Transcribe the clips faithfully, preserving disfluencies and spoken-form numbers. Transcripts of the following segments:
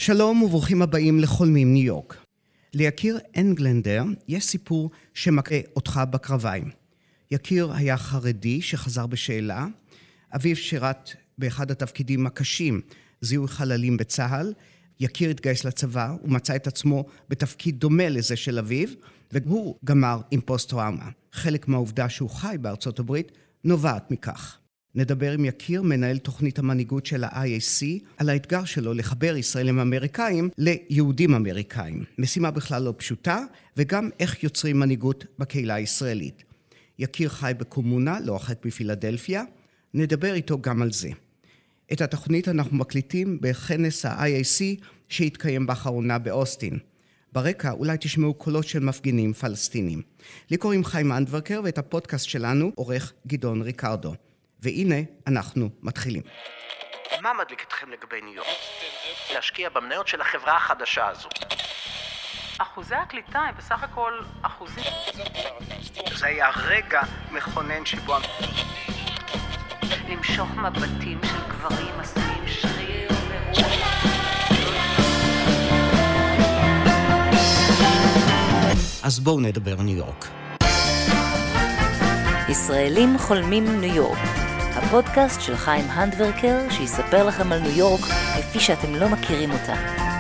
שלום וברוכים הבאים לחולמים ניו יורק. ליקיר אנגלנדר יש סיפור שמכה אותך בקרביים. יקיר היה חרדי שחזר בשאלה, אביו שירת באחד התפקידים הקשים, זיהוי חללים בצהל, יקיר התגייס לצבא ומצא את עצמו בתפקיד דומה לזה של אביו, והוא גמר עם פוסט-טראומה. חלק מהעובדה שהוא חי בארצות הברית נובעת מכך. נדבר עם יקיר, מנהל תוכנית המנהיגות של ה-איי איי סי, על האתגר שלו לחבר ישראלים אמריקאים ליהודים אמריקאים. משימה בכלל לא פשוטה, וגם איך יוצרים מנהיגות בקהילה הישראלית. יקיר חי בקומונה, לא אחת בפילדלפיה, נדבר איתו גם על זה. את התוכנית אנחנו מקליטים בכנס ה-איי איי סי שהתקיים באחרונה באוסטין. ברקע אולי תשמעו קולות של מפגינים פלסטינים. לי קוראים חיים אנדברקר, ואת הפודקאסט שלנו עורך גדעון ריקרדו. והנה אנחנו מתחילים. מה מדליק אתכם לגבי ניו יורק? להשקיע במניות של החברה החדשה הזו. אחוזי הקליטה הם בסך הכל אחוזים. זה היה רגע מכונן שבו למשוך מבטים של גברים עשויים שריר ורוח. אז בואו נדבר ניו יורק. ישראלים חולמים ניו יורק, הפודקאסט של חיים הנדברקר שיספר לכם על ניו יורק כפי שאתם לא מכירים אותה.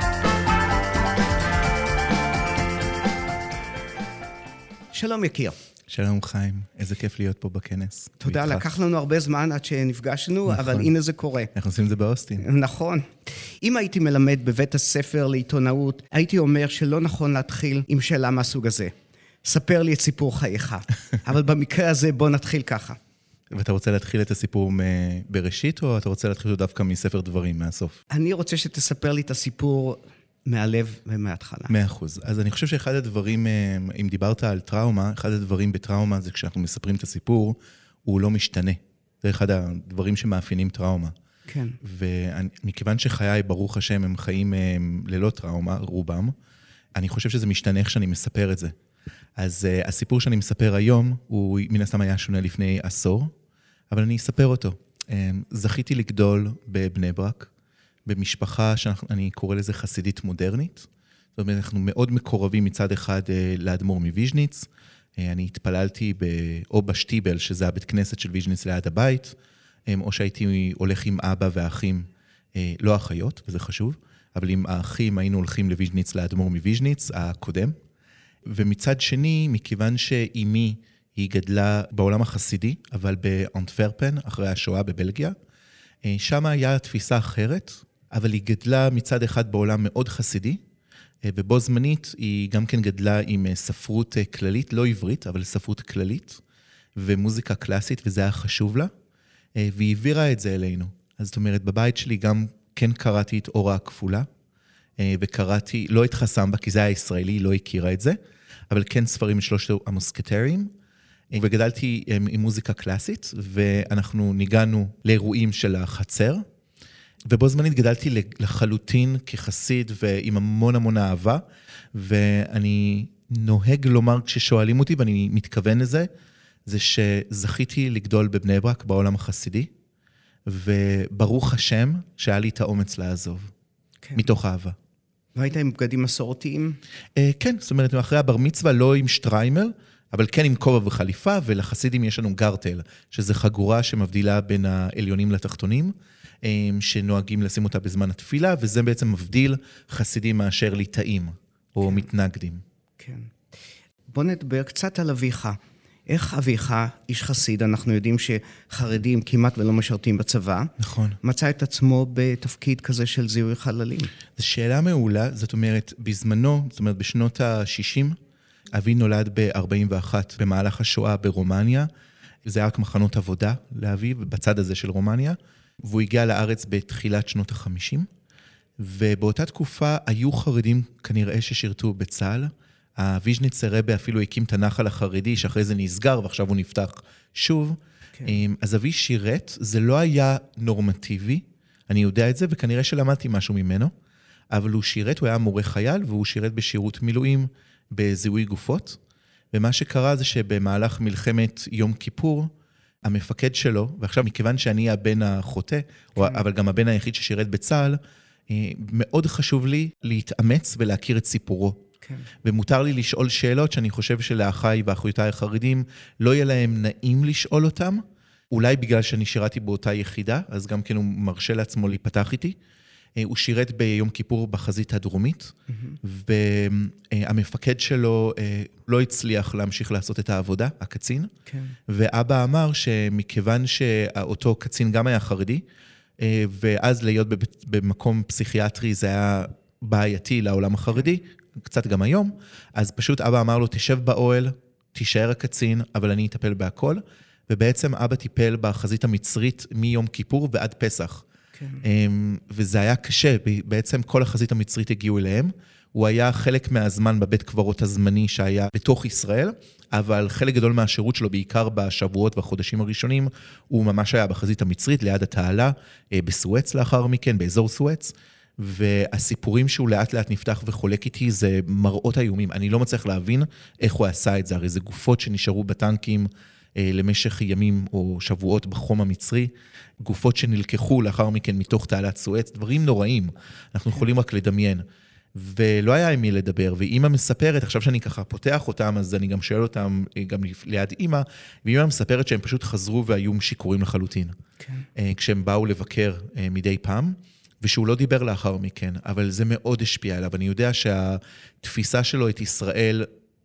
שלום יקיר. שלום חיים, איזה כיף להיות פה בכנס. תודה, ואיתך. לקח לנו הרבה זמן עד שנפגשנו, נכון. אבל הנה זה קורה. אנחנו עושים את זה באוסטין. נכון. אם הייתי מלמד בבית הספר לעיתונאות, הייתי אומר שלא נכון להתחיל עם שאלה מהסוג הזה. ספר לי את סיפור חייך. אבל במקרה הזה בוא נתחיל ככה. ואתה רוצה להתחיל את הסיפור בראשית, או אתה רוצה להתחיל דווקא מספר דברים, מהסוף? אני רוצה שתספר לי את הסיפור מהלב ומההתחלה. מאה אחוז. אז אני חושב שאחד הדברים, אם דיברת על טראומה, אחד הדברים בטראומה זה כשאנחנו מספרים את הסיפור, הוא לא משתנה. זה אחד הדברים שמאפיינים טראומה. כן. ומכיוון שחיי, ברוך השם, הם חיים ללא טראומה, רובם, אני חושב שזה משתנה איך שאני מספר את זה. אז uh, הסיפור שאני מספר היום, הוא מן הסתם היה שונה לפני עשור, אבל אני אספר אותו. Um, זכיתי לגדול בבני ברק, במשפחה שאני קורא לזה חסידית מודרנית. זאת אומרת, אנחנו מאוד מקורבים מצד אחד uh, לאדמו"ר מוויז'ניץ. Uh, אני התפללתי ב, או בשטיבל, שזה הבית כנסת של ויז'ניץ ליד הבית, um, או שהייתי הולך עם אבא ואחים, uh, לא אחיות, וזה חשוב, אבל עם האחים היינו הולכים לויז'ניץ לאדמו"ר מוויז'ניץ, הקודם. ומצד שני, מכיוון שאימי היא גדלה בעולם החסידי, אבל באנטוורפן, אחרי השואה בבלגיה, שם היה תפיסה אחרת, אבל היא גדלה מצד אחד בעולם מאוד חסידי, ובו זמנית היא גם כן גדלה עם ספרות כללית, לא עברית, אבל ספרות כללית, ומוזיקה קלאסית, וזה היה חשוב לה, והיא העבירה את זה אלינו. אז זאת אומרת, בבית שלי גם כן קראתי את אורה הכפולה, וקראתי, לא את חסמבה, כי זה היה ישראלי, היא לא הכירה את זה, אבל כן ספרים שלושת המוסקטרים, וגדלתי עם מוזיקה קלאסית, ואנחנו ניגענו לאירועים של החצר, ובו זמנית גדלתי לחלוטין כחסיד, ועם המון המון אהבה, ואני נוהג לומר כששואלים אותי, ואני מתכוון לזה, זה שזכיתי לגדול בבני ברק בעולם החסידי, וברוך השם שהיה לי את האומץ לעזוב, כן. מתוך אהבה. והיית עם בגדים מסורתיים? כן, זאת אומרת, אחרי הבר מצווה לא עם שטריימר, אבל כן עם כובע וחליפה, ולחסידים יש לנו גרטל, שזה חגורה שמבדילה בין העליונים לתחתונים, שנוהגים לשים אותה בזמן התפילה, וזה בעצם מבדיל חסידים מאשר ליטאים, או מתנגדים. כן. בוא נדבר קצת על אביך. איך אביך, איש חסיד, אנחנו יודעים שחרדים כמעט ולא משרתים בצבא, נכון. מצא את עצמו בתפקיד כזה של זיהוי חללים. זו שאלה מעולה, זאת אומרת, בזמנו, זאת אומרת, בשנות ה-שישים, אבי נולד ב-ארבעים ואחת במהלך השואה ברומניה, זה היה רק מחנות עבודה לאבי, בצד הזה של רומניה, והוא הגיע לארץ בתחילת שנות ה-חמישים, ובאותה תקופה היו חרדים כנראה ששירתו בצה"ל, הוויז'ניץ רבי אפילו הקים את הנחל החרדי, שאחרי זה נסגר, ועכשיו הוא נפתח שוב. כן. אז אבי שירת, זה לא היה נורמטיבי, אני יודע את זה, וכנראה שלמדתי משהו ממנו, אבל הוא שירת, הוא היה מורה חייל, והוא שירת בשירות מילואים, בזיהוי גופות, ומה שקרה זה שבמהלך מלחמת יום כיפור, המפקד שלו, ועכשיו מכיוון שאני הבן החוטא, כן. אבל גם הבן היחיד ששירת בצה"ל, מאוד חשוב לי להתאמץ ולהכיר את סיפורו. כן. ומותר לי לשאול שאלות שאני חושב שלאחיי ואחיותיי החרדים לא יהיה להם נעים לשאול אותם, אולי בגלל שאני שירתי באותה יחידה, אז גם כן הוא מרשה לעצמו להיפתח איתי. הוא שירת ביום כיפור בחזית הדרומית, mm-hmm. והמפקד שלו לא הצליח להמשיך לעשות את העבודה, הקצין, כן. ואבא אמר שמכיוון שאותו קצין גם היה חרדי, ואז להיות במקום פסיכיאטרי זה היה בעייתי לעולם החרדי, קצת גם היום, אז פשוט אבא אמר לו, תשב באוהל, תישאר הקצין, אבל אני אטפל בהכל, ובעצם אבא טיפל בחזית המצרית מיום כיפור ועד פסח. כן. וזה היה קשה, בעצם כל החזית המצרית הגיעו אליהם, הוא היה חלק מהזמן בבית קברות הזמני שהיה בתוך ישראל, אבל חלק גדול מהשירות שלו, בעיקר בשבועות והחודשים הראשונים, הוא ממש היה בחזית המצרית, ליד התעלה, בסואץ לאחר מכן, באזור סואץ, והסיפורים שהוא לאט לאט נפתח וחולק איתי, זה מראות איומים. אני לא מצליח להבין איך הוא עשה את זה, הרי זה גופות שנשארו בטנקים, למשך ימים או שבועות בחום המצרי, גופות שנלקחו לאחר מכן מתוך תעלת סואץ, דברים נוראים, אנחנו יכולים רק לדמיין, ולא היה עם מי לדבר, ואמא מספרת, עכשיו שאני ככה פותח אותם, אז אני גם שואל אותם גם ליד אמא, ואמא מספרת שהם פשוט חזרו והיו שיכורים לחלוטין, כן. כשהם באו לבקר מדי פעם, ושהוא לא דיבר לאחר מכן, אבל זה מאוד השפיע עליו, אני יודע שהתפיסה שלו את ישראל,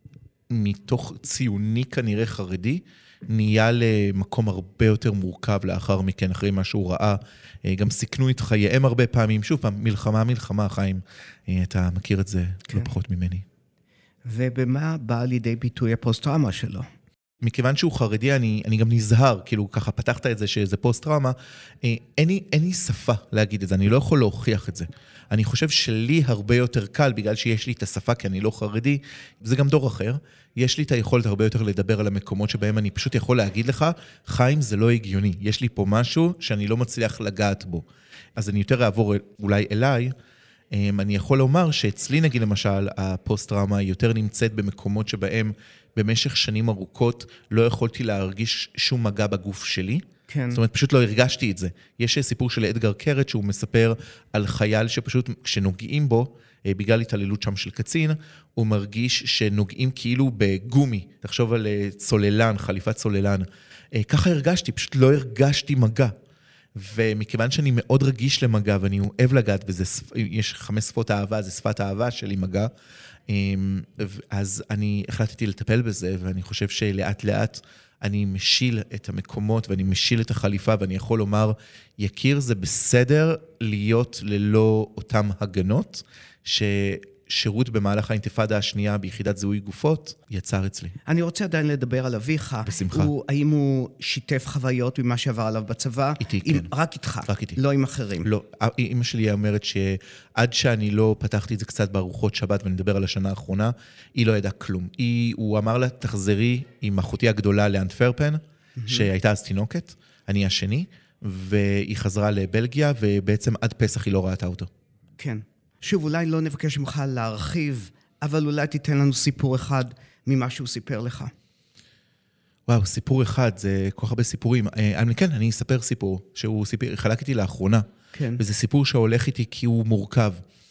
מתוך ציוני כנראה חרדי, נהיה למקום הרבה יותר מורכב לאחר מכן, אחרי מה שהוא ראה, גם סיכנו את חייהם הרבה פעמים, שוב פעם, מלחמה, מלחמה, חיים, אתה מכיר את זה כן. לא פחות ממני. ובמה בא לידי ביטוי הפוסט-טראומה שלו? מכיוון שהוא חרדי, אני, אני גם נזהר, כאילו ככה פתחת את זה שזה פוסט-טראומה, אין לי, אין לי שפה להגיד את זה, אני לא יכול להוכיח את זה. אני חושב שלי הרבה יותר קל, בגלל שיש לי את השפה, כי אני לא חרדי, זה גם דור אחר, יש לי את היכולת הרבה יותר לדבר על המקומות שבהם אני פשוט יכול להגיד לך, חיים זה לא הגיוני, יש לי פה משהו שאני לא מצליח לגעת בו. אז אני יותר אעבור אולי אליי, אני יכול לומר שאצלי נגיד למשל, הפוסט-טראומה יותר נמצאת במקומות שבהם במשך שנים ארוכות לא יכולתי להרגיש שום מגע בגוף שלי, כן. זאת אומרת, פשוט לא הרגשתי את זה. יש סיפור של אדגר קרת שהוא מספר על חייל שפשוט כשנוגעים בו, בגלל התעללות שם של קצין, הוא מרגיש שנוגעים כאילו בגומי, תחשוב על צוללן, חליפת צוללן. ככה הרגשתי, פשוט לא הרגשתי מגע. ומכיוון שאני מאוד רגיש למגע, ואני אוהב לגעת, ויש חמש שפות אהבה, זה שפת האהבה שלי מגע, אז אני החלטתי לטפל בזה, ואני חושב שלאט לאט אני משיל את המקומות, ואני משיל את החליפה, ואני יכול לומר, יקיר, זה בסדר להיות ללא אותם הגנות, ששירות במהלך האינתיפאדה השנייה ביחידת זיהוי גופות יצר אצלי. אני רוצה עדיין לדבר על אביך. בשמחה. הוא, האם הוא שיתף חוויות ממה שעבר עליו בצבא? איתי, עם, כן. רק איתך? רק איתי. לא עם אחרים? לא. אמא שלי אומרת שעד שאני לא פתחתי את זה קצת בארוחות שבת, ואני מדבר על השנה האחרונה, היא לא ידעה כלום. היא, הוא אמר לה, תחזרי עם אחותי הגדולה לאנטוורפן, mm-hmm. שהייתה אז תינוקת, אני השני, והיא חזרה לבלגיה, ובעצם עד פסח היא לא ראתה אותו. כן. שוב, אולי לא נבקש ממך להרחיב, אבל אולי תיתן לנו סיפור אחד ממה שהוא סיפר לך. וואו, סיפור אחד, זה כל כך הרבה סיפורים. אני, כן, אני אספר סיפור, שהוא סיפר, חלק איתי לאחרונה, כן. וזה סיפור שהולך איתי כי הוא מורכב.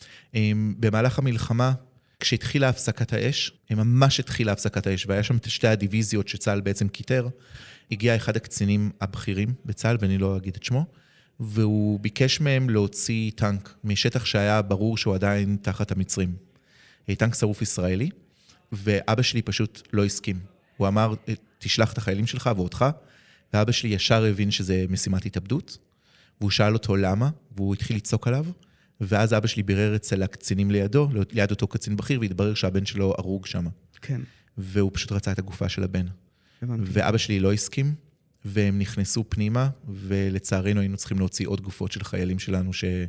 במהלך המלחמה, כשהתחילה הפסקת האש, ממש התחילה הפסקת האש, והיה שם שתי הדיוויזיות שצה"ל בעצם כיתר, הגיע אחד הקצינים הבכירים בצה"ל, ואני לא אגיד את שמו, והוא ביקש מהם להוציא טנק משטח שהיה ברור שהוא עדיין תחת המצרים. טנק שרוף ישראלי, ואבא שלי פשוט לא הסכים. הוא אמר, תשלח את החיילים שלך ואותך, ואבא שלי ישר הבין שזה משימת התאבדות, והוא שאל אותו למה, והוא התחיל לצעוק עליו, ואז אבא שלי בירר אצל הקצינים לידו, ליד אותו קצין בכיר, והתברר שהבן שלו הרוג שם. כן. והוא פשוט רצה את הגופה של הבן. הבנתי. ואבא שלי לא הסכים, והם נכנסו פנימה, ולצערנו היינו צריכים להוציא עוד גופות של חיילים שלנו,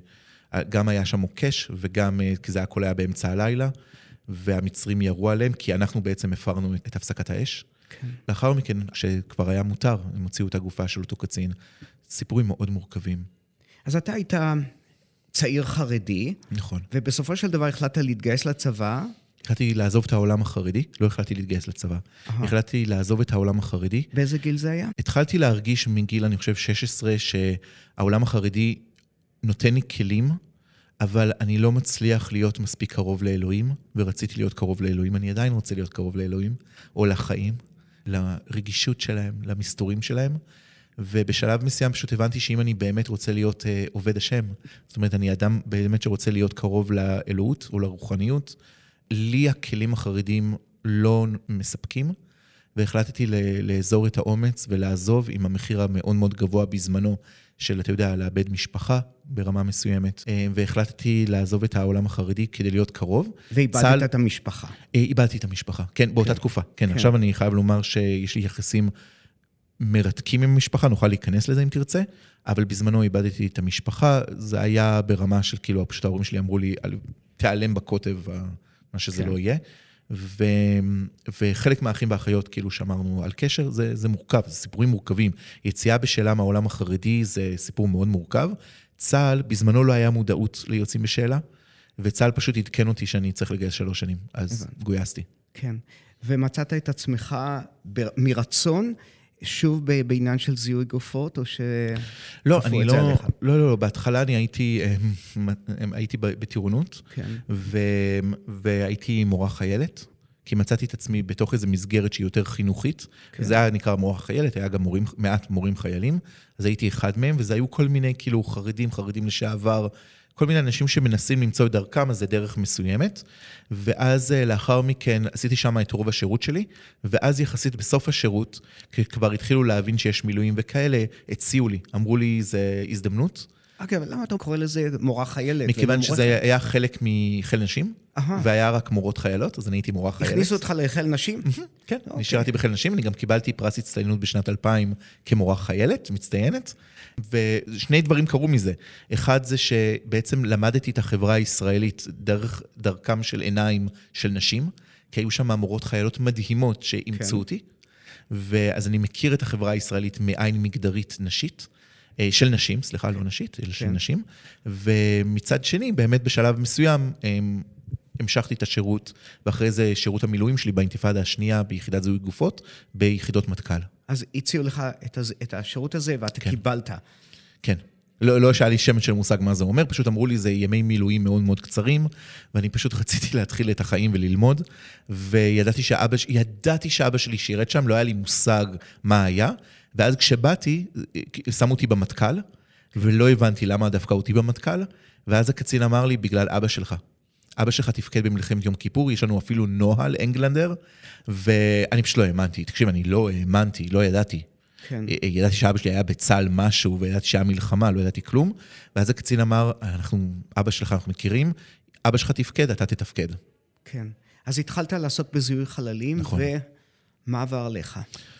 שגם היה שם מוקש, וגם, כי זה הכל היה באמצע הלילה, והמצרים ירו עליהם, כי אנחנו בעצם הפרנו את הפסקת האש. כן. לאחר מכן, כשכבר היה מותר, הם הוציאו את הגופה של אותו קצין. סיפורים מאוד מורכבים. אז אתה היית צעיר חרדי. נכון. ובסופו של דבר החלטת להתגייס לצבא. החלטתי לעזוב את העולם החרדי, לא החלטתי להתגייס לצבא. החלטתי לעזוב את העולם החרדי. באיזה גיל זה היה? התחלתי להרגיש מגיל, אני חושב, שש עשרה, שהעולם החרדי נותן לי כלים אבל אני לא מצליח להיות מספיק קרוב לאלוהים, ורציתי להיות קרוב לאלוהים, אני עדיין רוצה להיות קרוב לאלוהים, או לחיים, לרגישות שלהם, למסתורים שלהם, ובשלב מסוים פשוט הבנתי שאם אני באמת רוצה להיות אה, עובד השם, זאת אומרת, אני אדם באמת שרוצה להיות קרוב לאלוהות או לרוחניות, לי הכלים החרדים לא מספקים, והחלטתי לאזור את האומץ ולעזוב עם המחיר המאוד מאוד גבוה בזמנו, של, אתה יודע, לאבד משפחה ברמה מסוימת, והחלטתי לעזוב את העולם החרדי כדי להיות קרוב. ואיבדת צהל... את המשפחה. איבדתי את המשפחה, כן, באותה כן. תקופה. כן, כן, עכשיו אני חייב לומר שיש לי יחסים מרתקים עם המשפחה, נוכל להיכנס לזה אם תרצה, אבל בזמנו איבדתי את המשפחה, זה היה ברמה של, כאילו, פשוט ההורים שלי אמרו לי, תיעלם בקוטב, מה שזה כן. לא יהיה. ו... וחלק מהאחים והאחיות, כאילו שאמרנו על קשר, זה, זה מורכב, זה סיפורים מורכבים. יציאה בשאלה מהעולם החרדי זה סיפור מאוד מורכב. צה"ל, בזמנו לא היה מודעות ליוצאים בשאלה, וצה"ל פשוט עדכן אותי שאני צריך לגייס שלוש שנים, אז הבנתי. גויסתי. כן, ומצאת את עצמך ב... מרצון, שוב בעניין של זיהוי גופות, או ש... לא, אני לא, לא, לא, לא, בהתחלה אני הייתי, הייתי בטירונות, כן. ו, והייתי מורה חיילת, כי מצאתי את עצמי בתוך איזו מסגרת שהיא יותר חינוכית, כן. זה היה נקרא מורה חיילת, היה גם מורים, מעט מורים חיילים, אז הייתי אחד מהם, וזה היו כל מיני כאילו חרדים, חרדים לשעבר, כל מיני אנשים שמנסים למצוא את דרכם, אז זה דרך מסוימת, ואז לאחר מכן עשיתי שם את רוב השירות שלי, ואז יחסית בסוף השירות, כבר התחילו להבין שיש מילואים וכאלה, הציעו לי, אמרו לי, זה הזדמנות. אוקיי, אבל למה אתה קורא לזה מורה חיילת? מכיוון שזה היה חלק מחיל נשים, והיה רק מורות חיילות, אז אני הייתי מורה חיילת. הכניסו אותך לחיל נשים? כן, אני שירתי בחיל נשים, אני גם קיבלתי פרס הצטיינות בשנת אלפיים כמורה חיילת, מצטיינת, ושני דברים קרו מזה. אחד זה שבעצם למדתי את החברה הישראלית דרך דרכם של עיניים של נשים, כי היו שם מורות חיילות מדהימות שאימצו אותי, ואז אני מכיר את החברה הישראלית מעין מגדרית נשית, של נשים, סליחה, לא נשית, אלא של נשים, ומצד שני, באמת בשלב מסוים, המשכתי את השירות, ואחרי זה שירות המילואים שלי באינתיפאדה השנייה, ביחידת זיהוי גופות, ביחידות מטכ"ל. אז הציעו לך את השירות הזה, ואתה קיבלת. כן. לא, לא שהיה לי שמץ של מושג מה זה אומר, פשוט אמרו לי, זה ימי מילואים מאוד מאוד קצרים, ואני פשוט רציתי להתחיל את החיים וללמוד, וידעתי שאבא, ידעתי שאבא שלי שירת שם, לא היה לי מושג מה היה, ואז כשבאתי, שמו אותי במטכ"ל, ולא הבנתי למה דווקא אותי במטכ"ל, ואז הקצין אמר לי, בגלל אבא שלך. אבא שלך תפקד במלחמת יום כיפור, יש לנו אפילו נוהל אנגלנדר, ואני פשוט לא האמנתי. תקשיב, אני לא האמנתי, לא ידעתי. כן. ידעתי שאבא שלי היה בצה"ל משהו, וידעתי שהיה מלחמה, לא ידעתי כלום, ואז הקצין אמר, אנחנו, אבא שלך אנחנו מכירים, אבא שלך תפקד, אתה תתפקד. כן. אז התחלת לעסוק בזיהוי חללים, נכון. ומה עבר לך?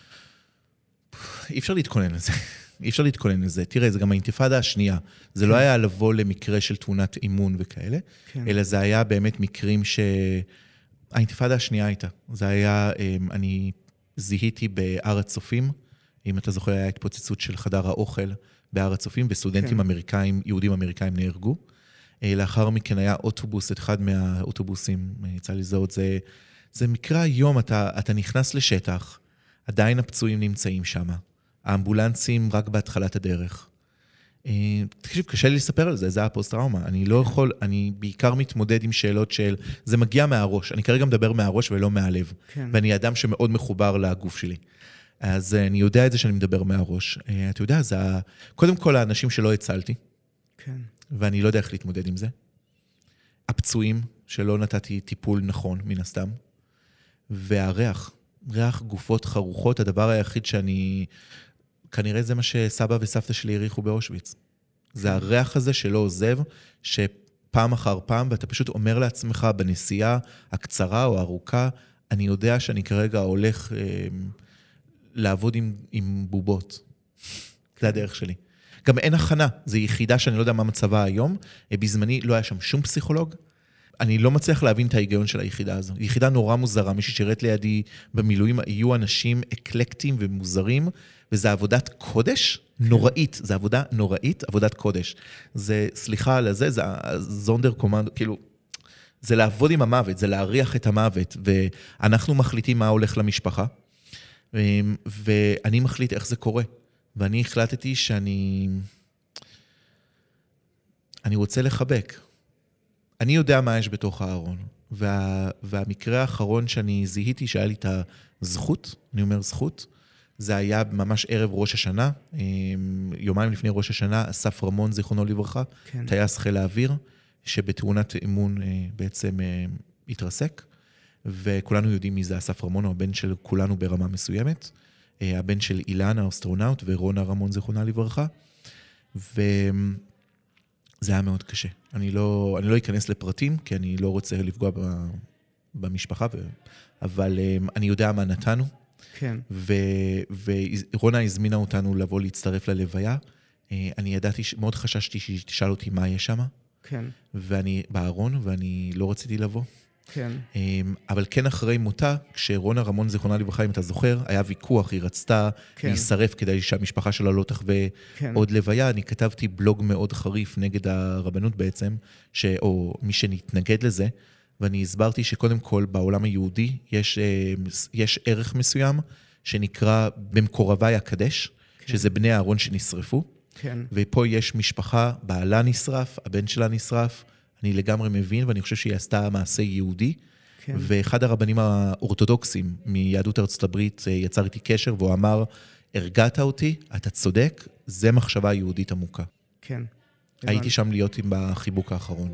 אי אפשר להתכונן לזה. אי אפשר להתכונן לזה. תראה, זה גם האינתיפאדה השנייה. זה לא היה לבוא למקרה של תאונת אימון וכאלה, אלא זה היה באמת מקרים ש... האינתיפאדה השנייה הייתה. זה היה, אני זיהיתי בהר הצופים, אם אתה זוכר, היה התפוצצות של חדר האוכל בהר הצופים, וסטודנטים אמריקאים, יהודים אמריקאים נהרגו. לאחר מכן היה אוטובוס, אחד מהאוטובוסים, יצא לזהות, זה, זה מקרה היום, אתה, אתה נכנס לשטח, עדיין הפצועים נמצאים שם, האמבולנסים רק בהתחלת הדרך. תקשיב, קשה לי לספר על זה, זה היה פוסט-טראומה. אני לא יכול, אני בעיקר מתמודד עם שאלות של, זה מגיע מהראש, אני כרגע מדבר מהראש ולא מהלב, כן. ואני אדם שמאוד מחובר לגוף שלי. אז אני יודע את זה שאני מדבר מהראש. אתה יודע, זה קודם כל האנשים שלא הצלתי, כן. ואני לא יודע איך להתמודד עם זה. הפצועים שלא נתתי טיפול נכון, מן הסתם, והריח, ריח גופות חרוכות, הדבר היחיד שאני, כנראה זה מה שסבא וסבתא שלי הריחו באושוויץ. זה הריח הזה שלא עוזב, שפעם אחר פעם, ואתה פשוט אומר לעצמך בנסיעה הקצרה או הארוכה, אני יודע שאני כרגע הולך אה, לעבוד עם, עם בובות. זה הדרך שלי. גם אין הכנה, זו יחידה שאני לא יודע מה מצבה היום, בזמני לא היה שם שום פסיכולוג, אני לא מצליח להבין את ההיגיון של היחידה הזו. היא יחידה נורא מוזרה, מי ששירת לידי במילואים, יהיו אנשים אקלקטיים ומוזרים, וזה עבודת קודש נוראית, זה עבודה נוראית, עבודת קודש. זה, סליחה על זה, זה זונדר קומנדו, כאילו, זה לעבוד עם המוות, זה להריח את המוות, ואנחנו מחליטים מה הולך למשפחה, ואני מחליט איך זה קורה. ואני החלטתי שאני, אני רוצה לחבק. אני יודע מה יש בתוך הארון, וה, והמקרה האחרון שאני זיהיתי, שהיה לי את הזכות, אני אומר זכות, זה היה ממש ערב ראש השנה, יומיים לפני ראש השנה, אסף רמון, זיכרונו לברכה, כן. טייס חיל האוויר, שבתאונת אימון בעצם התרסק, וכולנו יודעים מי זה אסף רמון, הוא הבן של כולנו ברמה מסוימת, הבן של אילן, האסטרונאוט, ורונה רמון, זיכרונה לברכה, וזה היה מאוד קשה. אני לא, אני לא אכנס לפרטים, כי אני לא רוצה לפגוע במשפחה, אבל אני יודע מה נתנו, כן. ורונה הזמינה אותנו לבוא להצטרף ללוויה. אני ידעתי, מאוד חששתי שהיא תשאל אותי מה יש שם. כן. ואני בארון, ואני לא רציתי לבוא. כן. אבל כן אחרי מותה, כשרונה רמון זיכרונה לברכה, אם אתה זוכר, היה ויכוח, היא רצתה כן. להישרף כדי שהמשפחה שלה לא תחווה כן. עוד לוויה. אני כתבתי בלוג מאוד חריף נגד הרבנות בעצם, ש... או מי שנתנגד לזה, ואני הסברתי שקודם כל בעולם היהודי יש, יש ערך מסוים שנקרא במקורבי הקדש, כן. שזה בני הארון שנשרפו, כן. ופה יש משפחה, בעלה נשרף, הבן שלה נשרף, אני לגמרי מבין, ואני חושב שהיא עשתה מעשה יהודי, כן. ואחד הרבנים האורתודוקסים מיהדות ארצות הברית יצר איתי קשר, והוא אמר, הרגעת אותי, אתה צודק, זה מחשבה יהודית עמוקה. כן. הייתי שם להיות עם החיבוק האחרון.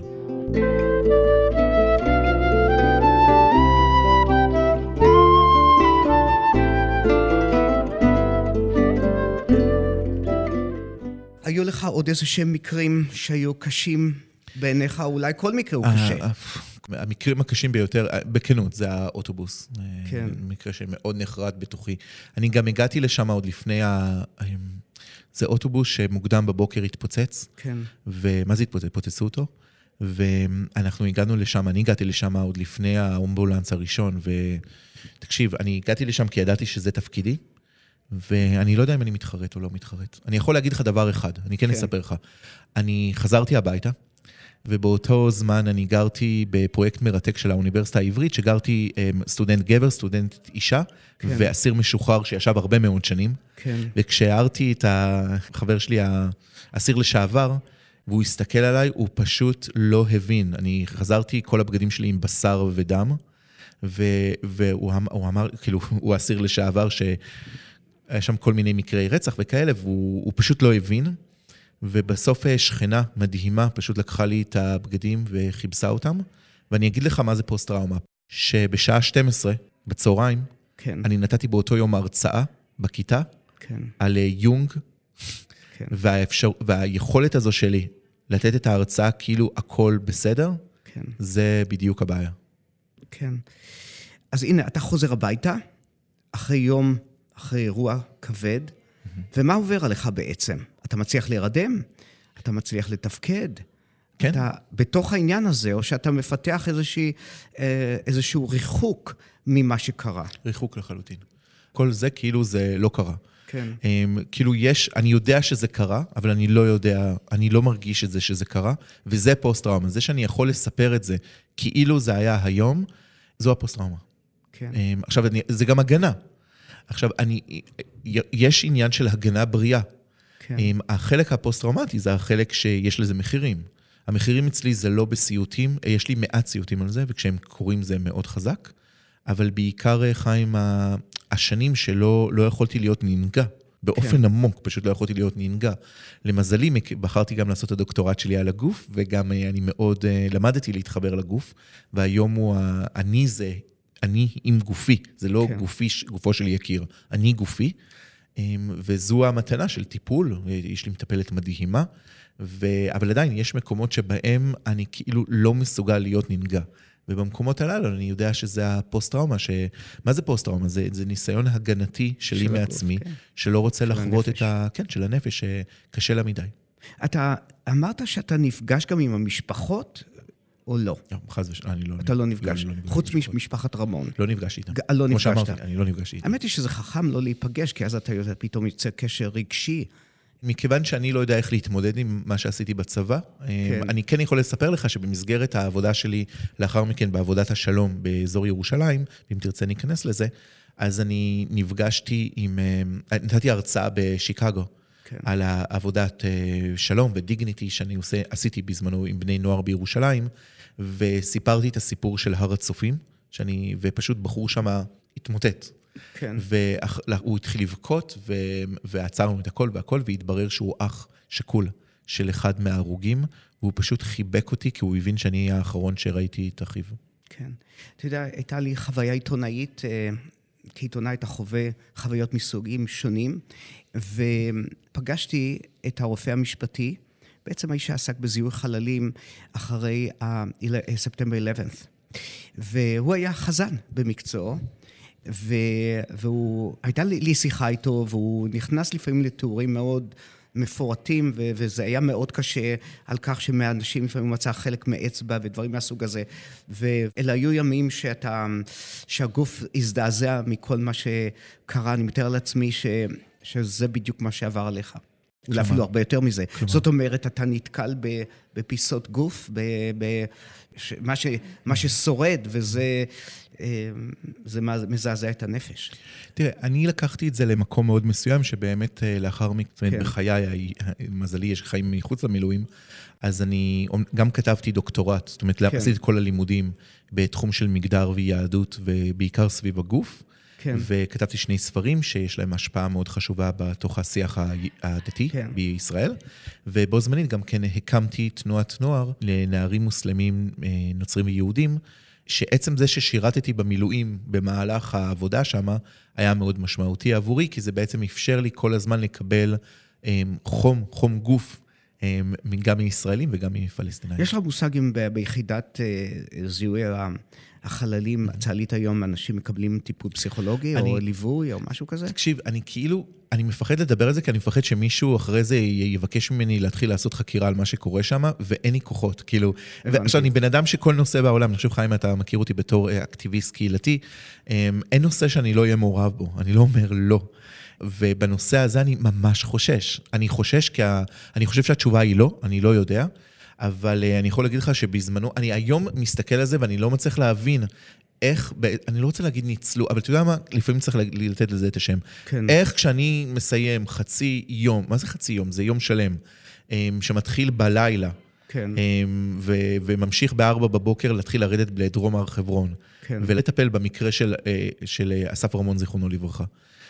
היו לך עוד איזה שהם מקרים שהיו קשים בעיניך, אולי כל מקרה הוא קשה. המקרים הקשים ביותר, בכנות, זה האוטובוס. כן. מקרה שמאוד נחרד בתוכי. אני גם הגעתי לשם עוד לפני ה... זה אוטובוס שמוקדם בבוקר התפוצץ. כן. ומה זה התפוצץ? פוצצו אותו. ואנחנו הגענו לשם, אני הגעתי לשם עוד לפני האמבולנס הראשון, ותקשיב, אני הגעתי לשם כי ידעתי שזה תפקידי, ואני לא יודע אם אני מתחרט או לא מתחרט. אני יכול להגיד לך דבר אחד, אני כן, כן. אספר לך. אני חזרתי הביתה, ובאותו זמן אני גרתי בפרויקט מרתק של האוניברסיטה העברית, שגרתי סטודנט גבר, סטודנט אישה, כן. ואסיר משוחרר שישב הרבה מאוד שנים. כן. וכשהערתי את החבר שלי, האסיר לשעבר, והוא הסתכל עליי, הוא פשוט לא הבין. אני חזרתי כל הבגדים שלי עם בשר ודם, ו- והוא הוא אמר, כאילו, הוא אסיר לשעבר שהיה שם כל מיני מקרי רצח וכאלה, והוא פשוט לא הבין. ובסוף שכנה מדהימה, פשוט לקחה לי את הבגדים וחיבסה אותם. ואני אגיד לך מה זה פוסט-טראומה. שבשעה שתים עשרה בצהריים, כן. אני נתתי באותו יום הרצאה בכיתה, כן. על יונג, כן. והאפשר, והיכולת הזו שלי לתת את ההרצאה כאילו הכל בסדר, כן. זה בדיוק הבעיה. כן. אז הנה, אתה חוזר הביתה, אחרי יום, אחרי אירוע כבד, mm-hmm. ומה עובר עליך בעצם? אתה מצליח להירדם? אתה מצליח לתפקד? כן. אתה בתוך העניין הזה, או שאתה מפתח איזושהי, איזשהו ריחוק ממה שקרה? ריחוק לחלוטין. כל זה כאילו זה לא קרה. כן. כאילו יש, אני יודע שזה קרה, אבל אני לא יודע, אני לא מרגיש את זה שזה קרה, וזה פוסט-טראומה. זה שאני יכול לספר את זה, כאילו זה היה היום, זו הפוסט-טראומה. כן. עכשיו, אני, זה גם הגנה. עכשיו, אני, יש עניין של הגנה בריאה. כן. החלק הפוסט-טראומטי זה החלק שיש לזה מחירים. המחירים אצלי זה לא בסיוטים, יש לי מעט סיוטים על זה, וכשהם קוראים זה מאוד חזק, אבל בעיקר חיים השנים שלא לא יכולתי להיות ננגע, באופן כן. עמוק, פשוט לא יכולתי להיות ננגע. למזלי, בחרתי גם לעשות את הדוקטורט שלי על הגוף, וגם אני מאוד למדתי להתחבר לגוף, והיום הוא, אני זה, אני עם גופי, זה לא כן. גופי, גופו של יקיר, אני גופי, וזו המתנה של טיפול, יש לי מטפלת מדהימה, ו... אבל עדיין יש מקומות שבהם אני כאילו לא מסוגל להיות ננגע. ובמקומות הללו אני יודע שזה הפוסט-טראומה, ש... מה זה פוסט-טראומה? זה, זה ניסיון הגנתי שלי של מעצמי, הגוף, כן. שלא רוצה לחוות את ה... כן, של הנפש, שקשה לה מדי. אתה אמרת שאתה נפגש גם עם המשפחות, או לא? לא, חס ושלום, אני לא... אתה לא נפגש, לא, לא חוץ ממשפחת רמון. לא נפגש איתם. לא נפגשת. כמו שאמרתי, אני לא נפגש איתם. האמת היא שזה חכם לא להיפגש, כי אז אתה יודע, פתאום יצא קשר רגשי. מכיוון שאני לא יודע איך להתמודד עם מה שעשיתי בצבא, כן. אני כן יכול לספר לך שבמסגרת העבודה שלי, לאחר מכן בעבודת השלום באזור ירושלים, אם תרצה ניכנס לזה, אז אני נפגשתי עם, נתתי הרצאה בשיקגו, כן. על העבודת שלום ודיגניטי שאני עושה, עשיתי בזמנו עם בני נוער בירושלים, וסיפרתי את הסיפור של הר הצופים, שאני, ופשוט בחור שם התמוטט. כן. והוא התחיל לבכות, ו... ועצרנו את הכל והכל, והתברר שהוא אח שקול של אחד מההרוגים, והוא פשוט חיבק אותי, כי הוא הבין שאני האחרון שראיתי את אחיו. כן. אתה יודע, הייתה לי חוויה עיתונאית, כעיתונאי אתה חווה חוויות מסוגים שונים, ופגשתי את הרופא המשפטי, בעצם האיש שעסק בזיהוי חללים אחרי ספטמבר אלבנת', והוא היה חזן במקצועו, והוא, הייתה לי שיחה איתו, והוא נכנס לפעמים לתיאורים מאוד מפורטים, וזה היה מאוד קשה על כך שמאנשים לפעמים מצא חלק מאצבע ודברים מהסוג הזה, ואלה היו ימים שאתה, שהגוף הזדעזע מכל מה שקרה, אני מתאר לעצמי ש, שזה בדיוק מה שעבר עליך. אולי אפילו הרבה יותר מזה. זאת אומרת, אתה נתקל בפיסות גוף, מה ששורד, וזה זה מזעזע את הנפש. תראה, אני לקחתי את זה למקום מאוד מסוים, שבאמת לאחר מכן, בחיי, מזלי, יש חיים מחוץ למילואים, אז אני גם כתבתי דוקטורט, זאת אומרת, עשיתי את כל הלימודים בתחום של מגדר ויהדות, ובעיקר סביב הגוף, כן. וכתבתי שני ספרים שיש להם השפעה מאוד חשובה בתוך השיח הדתי כן. בישראל, ובו זמנית גם כן הקמתי תנועת נוער לנערים מוסלמים, נוצרים ויהודים, שעצם זה ששירתתי במילואים במהלך העבודה שם, היה מאוד משמעותי עבורי, כי זה בעצם אפשר לי כל הזמן לקבל חום, חום גוף, גם מישראלים וגם מפלסטינאים. יש לך מושג אם ביחידת זיהוי החללים, הצה"לית היום, אנשים מקבלים טיפול פסיכולוגי או ליווי או משהו כזה? תקשיב, אני כאילו, אני מפחד לדבר על זה, כי אני מפחד שמישהו אחרי זה יבקש ממני להתחיל לעשות חקירה על מה שקורה שם, ואין לי כוחות, כאילו. עכשיו, אני בן אדם שכל נושא בעולם, אני חושב חיים, אתה מכיר אותי בתור אקטיביסט קהילתי, אין נושא שאני לא אהיה מעורב בו, אני לא אומר לא. ובנושא הזה אני ממש חושש. אני חושש כי אני חושב שהתשובה היא לא, אני לא יודע, אבל אני יכול להגיד לך שבזמנו, אני היום מסתכל על זה ואני לא מצליח להבין איך, אני לא רוצה להגיד ניצלו, אבל אתה יודע מה? לפעמים צריך לתת לזה את השם. כן. איך כשאני מסיים חצי יום, מה זה חצי יום? זה יום שלם, שמתחיל בלילה, כן. ו- וממשיך בארבע בבוקר להתחיל לרדת לדרום הר חברון, כן. ולטפל במקרה של, של אסף רמון זיכרונו לברכה.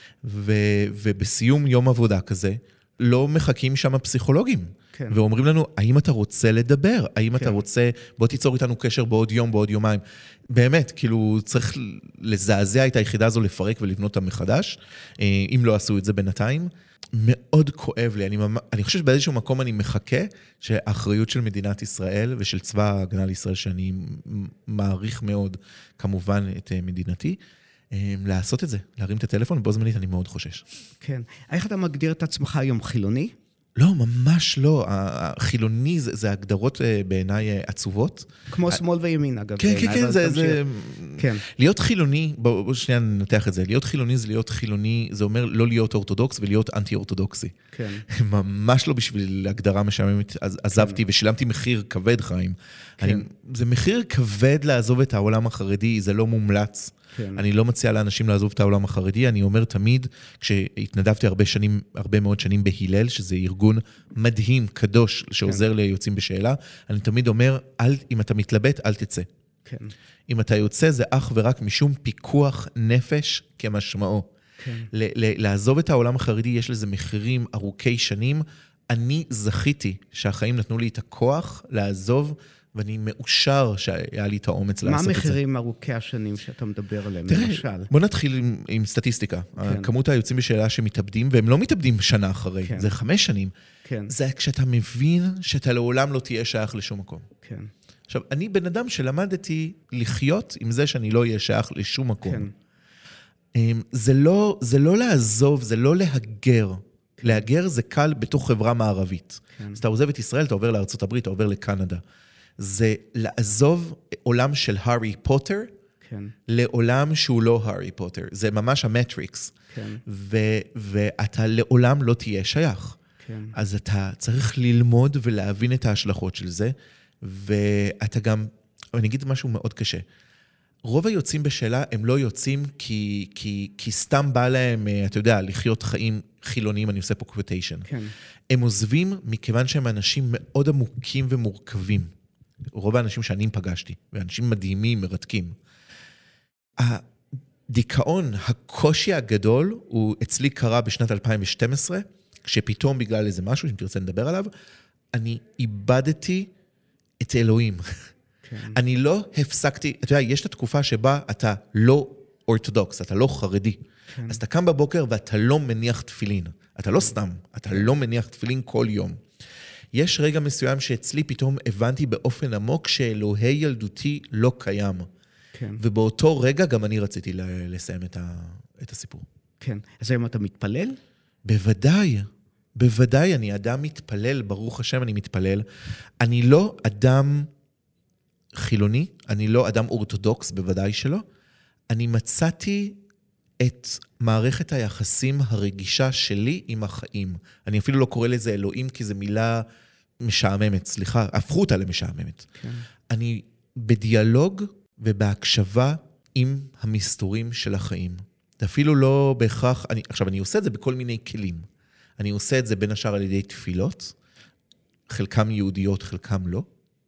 ו- ובסיום יום עבודה כזה, לא מחכים שם פסיכולוגים. כן. ואומרים לנו, האם אתה רוצה לדבר? האם כן. אתה רוצה, בוא תיצור איתנו קשר בעוד יום, בעוד יומיים. באמת, כאילו, צריך לזעזע את היחידה הזו, לפרק ולבנות אותה מחדש, אם לא עשו את זה בינתיים. מאוד כואב לי. אני, אני חושב שבאיזשהו מקום אני מחכה שהאחריות של מדינת ישראל ושל צבא ההגנה לישראל, שאני מעריך מאוד, כמובן, את מדינתי, לעשות את זה, להרים את הטלפון, בו זמנית אני מאוד חושש. כן. איך אתה מגדיר את עצמך היום חילוני? לא, ממש לא. החילוני זה, זה הגדרות בעיניי עצובות. כמו שמאל וימין, אגב. כן, כן, כן, זה, זה... כן. להיות חילוני, בואו בוא שנייה ננתח את זה, להיות חילוני זה להיות חילוני, זה אומר לא להיות אורתודוקס ולהיות אנטי-אורתודוקסי. כן. ממש לא בשביל הגדרה משעממת, עזבתי ושילמתי מחיר כבד, חיים. כן. אני, זה מחיר כבד לעזוב את העולם החרדי, זה לא מומלץ. כן. אני לא מציע לאנשים לעזוב את העולם החרדי, אני אומר תמיד, כשהתנדבתי הרבה שנים, הרבה מאוד שנים בהילל, שזה ארגון מדהים, קדוש, שעוזר כן. ליוצאים בשאלה, אני תמיד אומר, אל, אם אתה מתלבט, אל תצא. כן. אם אתה יוצא, זה אך ורק משום פיקוח נפש כמשמעו. כן. ל- ל- לעזוב את העולם החרדי, יש לזה מחירים ארוכי שנים, אני זכיתי שהחיים נתנו לי את הכוח לעזוב, ואני מאושר שהיה לי את האומץ לעשות את זה. מה המחירים ארוכי השנים שאתה מדבר עליהם, למשל? בוא נתחיל עם, עם סטטיסטיקה. כן. כמות היוצאים בשאלה שמתאבדים, והם לא מתאבדים שנה אחרי, כן. זה חמש שנים. כן. זה כשאתה מבין שאתה לעולם לא תהיה שייך לשום מקום. כן. עכשיו, אני בן אדם שלמדתי לחיות עם זה שאני לא אהיה שייך לשום מקום. כן. זה לא, זה לא לעזוב, זה לא להגר. כן. להגר זה קל בתוך חברה מערבית. כן. אז אתה עוזב את ישראל, אתה עובר לארצות הברית, אתה עובר לקנדה. זה לעזוב עולם של הארי פוטר, כן. לעולם שהוא לא הארי פוטר. זה ממש המטריקס. כן. ו- ואתה לעולם לא תהיה שייך. כן. אז אתה צריך ללמוד ולהבין את ההשלכות של זה, ואתה גם, אני אגיד משהו מאוד קשה. רוב היוצאים בשאלה הם לא יוצאים כי, כי, כי סתם בא להם, אתה יודע, לחיות חיים חילוניים, אני עושה פה קווטיישן. כן. הם עוזבים מכיוון שהם אנשים מאוד עמוקים ומורכבים. רוב האנשים שאני פגשתי, ואנשים מדהימים, מרתקים. הדיכאון, הקושי הגדול, הוא אצלי קרה בשנת אלפיים ושתים עשרה, כשפתאום בגלל איזה משהו, אם תרצה נדבר עליו, אני איבדתי את אלוהים. כן. אני לא הפסקתי, אתה יודע, יש את התקופה שבה אתה לא אורתודוקס, אתה לא חרדי. כן. אז אתה קם בבוקר ואתה לא מניח תפילין. אתה לא סתם, אתה לא מניח תפילין כל יום. יש רגע מסוים שאצלי פתאום הבנתי באופן עמוק שאלוהי ילדותי לא קיים. כן. ובאותו רגע גם אני רציתי לסיים את, ה, את הסיפור. כן. אז היום אתה מתפלל? בוודאי. בוודאי, אני אדם מתפלל, ברוך השם אני מתפלל. אני לא אדם חילוני, אני לא אדם אורתודוקס, בוודאי שלא. אני מצאתי את מערכת היחסים הרגישה שלי עם החיים. אני אפילו לא קורא לזה אלוהים, כי זו מילה משעממת, סליחה, הפכו אותה למשעממת. כן. אני בדיאלוג ובהקשבה עם המסתורים של החיים. זה אפילו לא בהכרח, אני, עכשיו אני עושה את זה בכל מיני כלים. אני עושה את זה בין השאר על ידי תפילות, חלקם יהודיות, חלקם לא.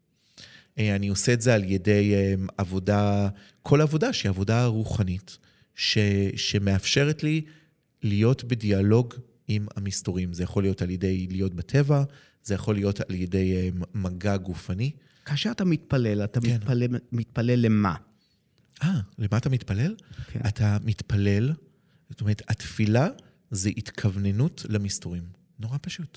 אני עושה את זה על ידי עבודה, כל עבודה שהיא עבודה רוחנית, ש, שמאפשרת לי להיות בדיאלוג עם המסתורים. זה יכול להיות על ידי להיות בטבע, זה יכול להיות על ידי מגע גופני. כאשר אתה מתפלל, אתה כן. מתפלל, מתפלל למה? אה, למה אתה מתפלל? כן. אתה מתפלל, זאת אומרת, התפילה זה התכווננות למסתורים. נורא פשוט.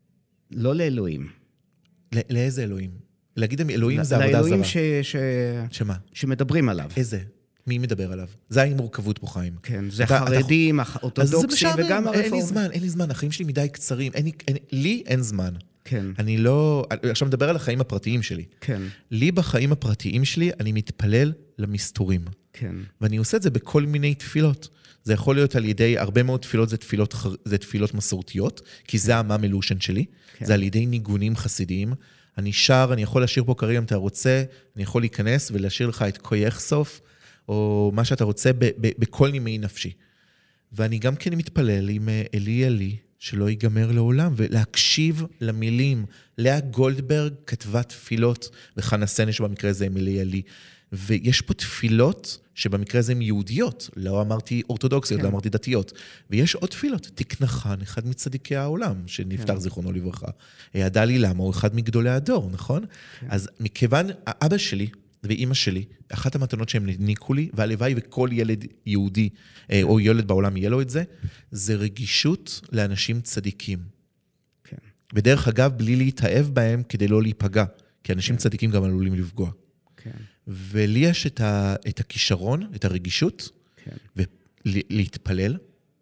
לא לאלוהים. לא, לאיזה אלוהים? להגיד אלוהים זה עבודה זרה. לאלוהים ש... ש... שמה? שמדברים עליו. איזה? מי מדבר עליו? זה היה מורכבות פה חיים. כן, זה אתה, חרדים, אתה... אורתודוקסים וגם הרפורמים. אין לי זמן, אין לי זמן, החיים שלי מדי קצרים. אין, אין, לי אין זמן. כן. אני לא... עכשיו מדבר על החיים הפרטיים שלי. כן. לי בחיים הפרטיים שלי, אני מתפלל למסתורים. כן. ואני עושה את זה בכל מיני תפילות. זה יכול להיות על ידי, הרבה מאוד תפילות זה תפילות, זה תפילות מסורתיות, כי זה הממלושן שלי. כן. זה על ידי ניגונים חסידיים. אני שר, אני יכול לשיר פה כרגע אם אתה רוצה, אני יכול להיכנס ולשיר לך את קוייך סוף, או מה שאתה רוצה ב- ב- בכל נימי נפשי. ואני גם כן מתפלל עם אלי אלי, שלא ייגמר לעולם, ולהקשיב למילים. לאה גולדברג כתבה תפילות, וחנה סנש במקרה הזה עם אלי אלי, ויש פה תפילות שבמקרה הזה הן יהודיות, לא אמרתי אורתודוקסיות, כן. לא אמרתי דתיות, ויש עוד תפילות, תיק נחן, אחד מצדיקי העולם, שנפטר כן. זיכרונו לברכה, הדלי למה, הוא אחד מגדולי הדור, נכון? כן. אז מכיוון, האבא שלי ואימא שלי, אחת המתנות שהם נעניקו לי, והלוואי וכל ילד יהודי, כן. או ילד בעולם יהיה לו את זה, זה רגישות לאנשים צדיקים. כן. בדרך אגב, בלי להתאהב בהם כדי לא להיפגע, כי אנשים כן. צדיקים גם עלולים לפגוע. כן. ולי יש את, ה, את הכישרון, את הרגישות, כן. ולהתפלל,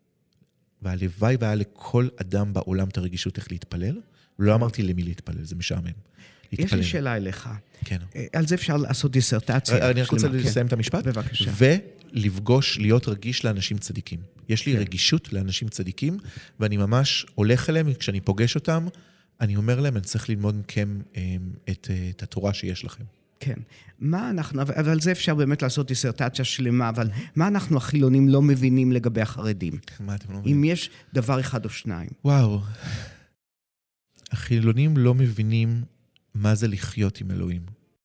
והלוואי והיה לכל אדם בעולם את הרגישות איך להתפלל, לא אמרתי למי להתפלל, זה משעמם. להתפלל. יש לי שאלה אליך. כן. על זה אפשר לעשות דיסרטציה. אני רק רוצה לסיים את המשפט. בבקשה. ולפגוש, להיות רגיש לאנשים צדיקים. יש לי רגישות לאנשים צדיקים, ואני ממש הולך אליהם, כשאני פוגש אותם, אני אומר להם, אני צריך ללמוד מכם את, את התורה שיש לכם. כן. מה אנחנו, אבל זה אפשר באמת לעשות דיסרטציה שלמה, אבל מה אנחנו החילונים לא מבינים לגבי החרדים? מה אתם לא מבינים? אם יש דבר אחד או שניים. וואו. החילונים לא מבינים מה זה לחיות עם אלוהים.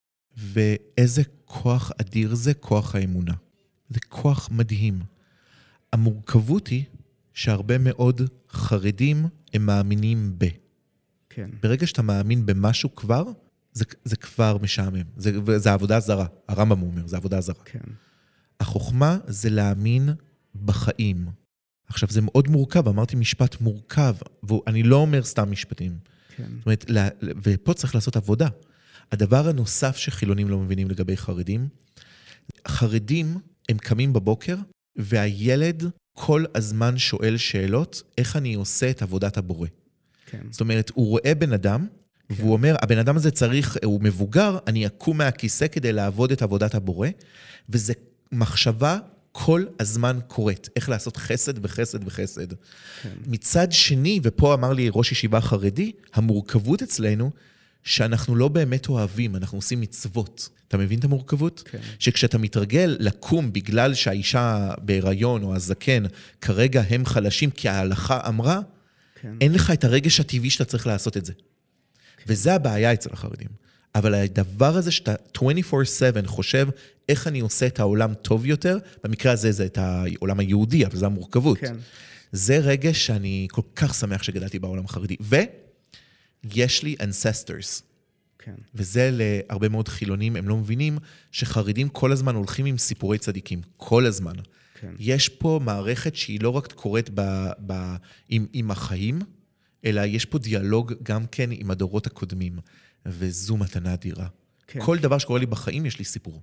ואיזה כוח אדיר זה כוח האמונה. זה כוח מדהים. המורכבות היא שהרבה מאוד חרדים הם מאמינים ב. כן. ברגע שאתה מאמין במשהו כבר, זה, זה כבר משעמם. זה, זה עבודה זרה. הרמב"ם אומר, זה עבודה זרה. כן. החוכמה זה להאמין בחיים. עכשיו, זה מאוד מורכב, אמרתי משפט מורכב, ואני לא אומר סתם משפטים. כן. זאת אומרת, ופה צריך לעשות עבודה. הדבר הנוסף שחילונים לא מבינים לגבי חרדים, חרדים הם קמים בבוקר, והילד כל הזמן שואל שאלות, איך אני עושה את עבודת הבורא. כן. זאת אומרת, הוא רואה בן אדם, כן. והוא אומר, הבן אדם הזה צריך, הוא מבוגר, אני אקום מהכיסא כדי לעבוד את עבודת הבורא, וזה מחשבה כל הזמן קורית, איך לעשות חסד וחסד וחסד. כן. מצד שני, ופה אמר לי ראש ישיבה חרדי, המורכבות אצלנו, שאנחנו לא באמת אוהבים, אנחנו עושים מצוות. אתה מבין את המורכבות? כן. שכשאתה מתרגל לקום בגלל שהאישה בהיריון או הזקן, כרגע הם חלשים כי ההלכה אמרה, כן. אין לך את הרגש הטבעי שאתה צריך לעשות את זה. כן. וזה הבעיה אצל החרדים. אבל הדבר הזה שאתה עשרים וארבע שבע חושב איך אני עושה את העולם טוב יותר, במקרה הזה זה את העולם היהודי, אבל זה המורכבות. כן. זה רגע שאני כל כך שמח שגדלתי בעולם החרדי. ויש לי ancestors. כן. וזה להרבה מאוד חילונים, הם לא מבינים שחרדים כל הזמן הולכים עם סיפורי צדיקים. כל הזמן. כן. יש פה מערכת שהיא לא רק קורית ב, ב, עם, עם החיים, אלא יש פה דיאלוג גם כן עם הדורות הקודמים. וזו מתנה אדירה. כן. כל דבר שקורה לי בחיים יש לי סיפור.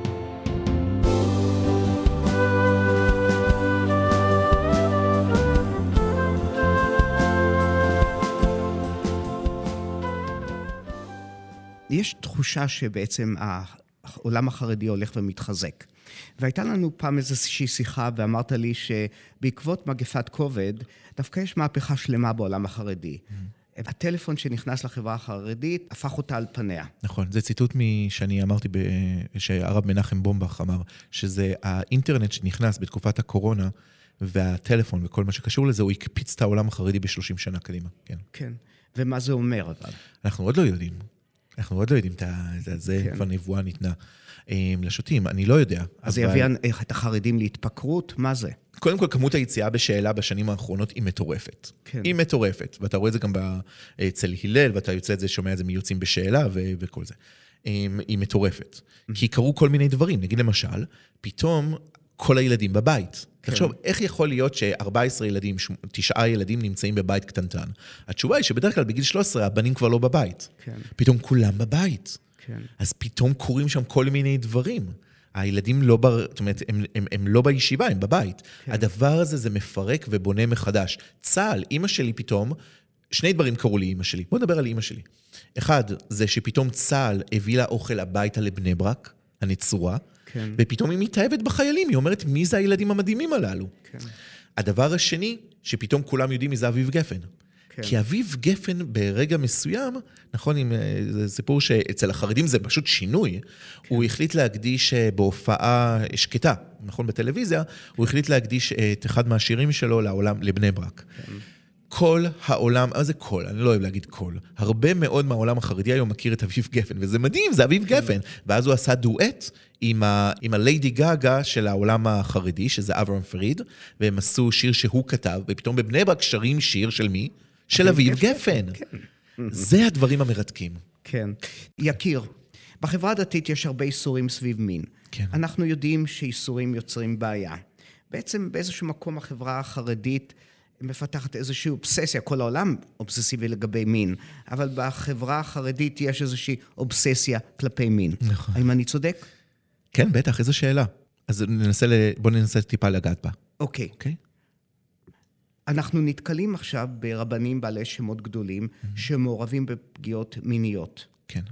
יש תחושה שבעצם העולם החרדי הולך ומתחזק. והייתה לנו פעם איזושהי שיחה, ואמרת לי שבעקבות מגפת קוביד, דווקא יש מהפכה שלמה בעולם החרדי. הטלפון שנכנס לחברה החרדית הפך אותה על פניה. נכון, זה ציטוט שאני אמרתי, שהרב מנחם בומבך אמר, שזה האינטרנט שנכנס בתקופת הקורונה, והטלפון וכל מה שקשור לזה, הוא הקפיץ את העולם החרדי ב-שלושים שנה קדימה. כן. כן. ומה זה אומר אבל? אנחנו עוד לא יודעים. אנחנו עוד לא יודעים, זה כן. כבר נבואה ניתנה לשוטים, אני לא יודע. אז זה יביא את החרדים להתפקרות? מה זה? קודם כל, כמות היציאה בשאלה בשנים האחרונות היא מטורפת. כן. היא מטורפת, ואתה רואה את זה גם אצל הלל, ואתה יוצא את זה, שומע את זה מיוצאים בשאלה ו- וכל זה. היא מטורפת. כי קרו כל מיני דברים. נגיד למשל, פתאום כל הילדים בבית. כן. תחשוב, איך יכול להיות ש-ארבעה עשר ילדים, תשעה ילדים נמצאים בבית קטנטן? התשובה היא שבדרך כלל בגיל שלוש עשרה הבנים כבר לא בבית. כן. פתאום כולם בבית. כן. אז פתאום קורים שם כל מיני דברים. הילדים לא, בר, זאת אומרת, הם, הם, הם לא בישיבה, הם בבית. כן. הדבר הזה זה מפרק ובונה מחדש. צהל, אמא שלי פתאום, שני דברים קרו לי אמא שלי. בוא נדבר על אמא שלי. אחד, זה שפתאום צהל הביא לה אוכל הביתה לבני ברק, הנצורה, כן. ופתאום היא מתאהבת בחיילים, היא אומרת, מי זה הילדים המדהימים הללו? כן. הדבר השני, שפתאום כולם יודעים מי זה אביב גפן. כן. כי אביב גפן ברגע מסוים, נכון, עם, זה סיפור שאצל החרדים זה פשוט שינוי, כן. הוא החליט להקדיש בהופעה שקטה, נכון, בטלוויזיה, הוא החליט להקדיש את אחד מהשירים שלו לעולם, לבני ברק. כן. כל העולם, מה זה כל? אני לא אוהב להגיד כל. הרבה מאוד מהעולם החרדי היום מכיר את אביב גפן, וזה מדהים, זה אביב גפן. ואז הוא עשה דואט עם, ה, עם הליידי גאגה של העולם החרדי, שזה אברהם פריד, והם עשו שיר שהוא כתב, ופתאום בבני ברק שרים שיר של מי? של אביב גפן. כן. זה הדברים המרתקים. כן. יקיר, בחברה הדתית יש הרבה איסורים סביב מין. כן. אנחנו יודעים שאיסורים יוצרים בעיה. בעצם באיזשהו מקום החברה החרדית מפתחת איזושהי אובססיה, כל העולם אובססיבי לגבי מין, אבל בחברה החרדית יש איזושהי אובססיה כלפי מין. נכון. האם אני צודק? כן, בטח, איזו שאלה. אז ננסה, בוא ננסה טיפה לגעת בה. אוקיי. אוקיי? אנחנו נתקלים עכשיו ברבנים בעלי שמות גדולים, mm-hmm. שמעורבים בפגיעות מיניות. כן.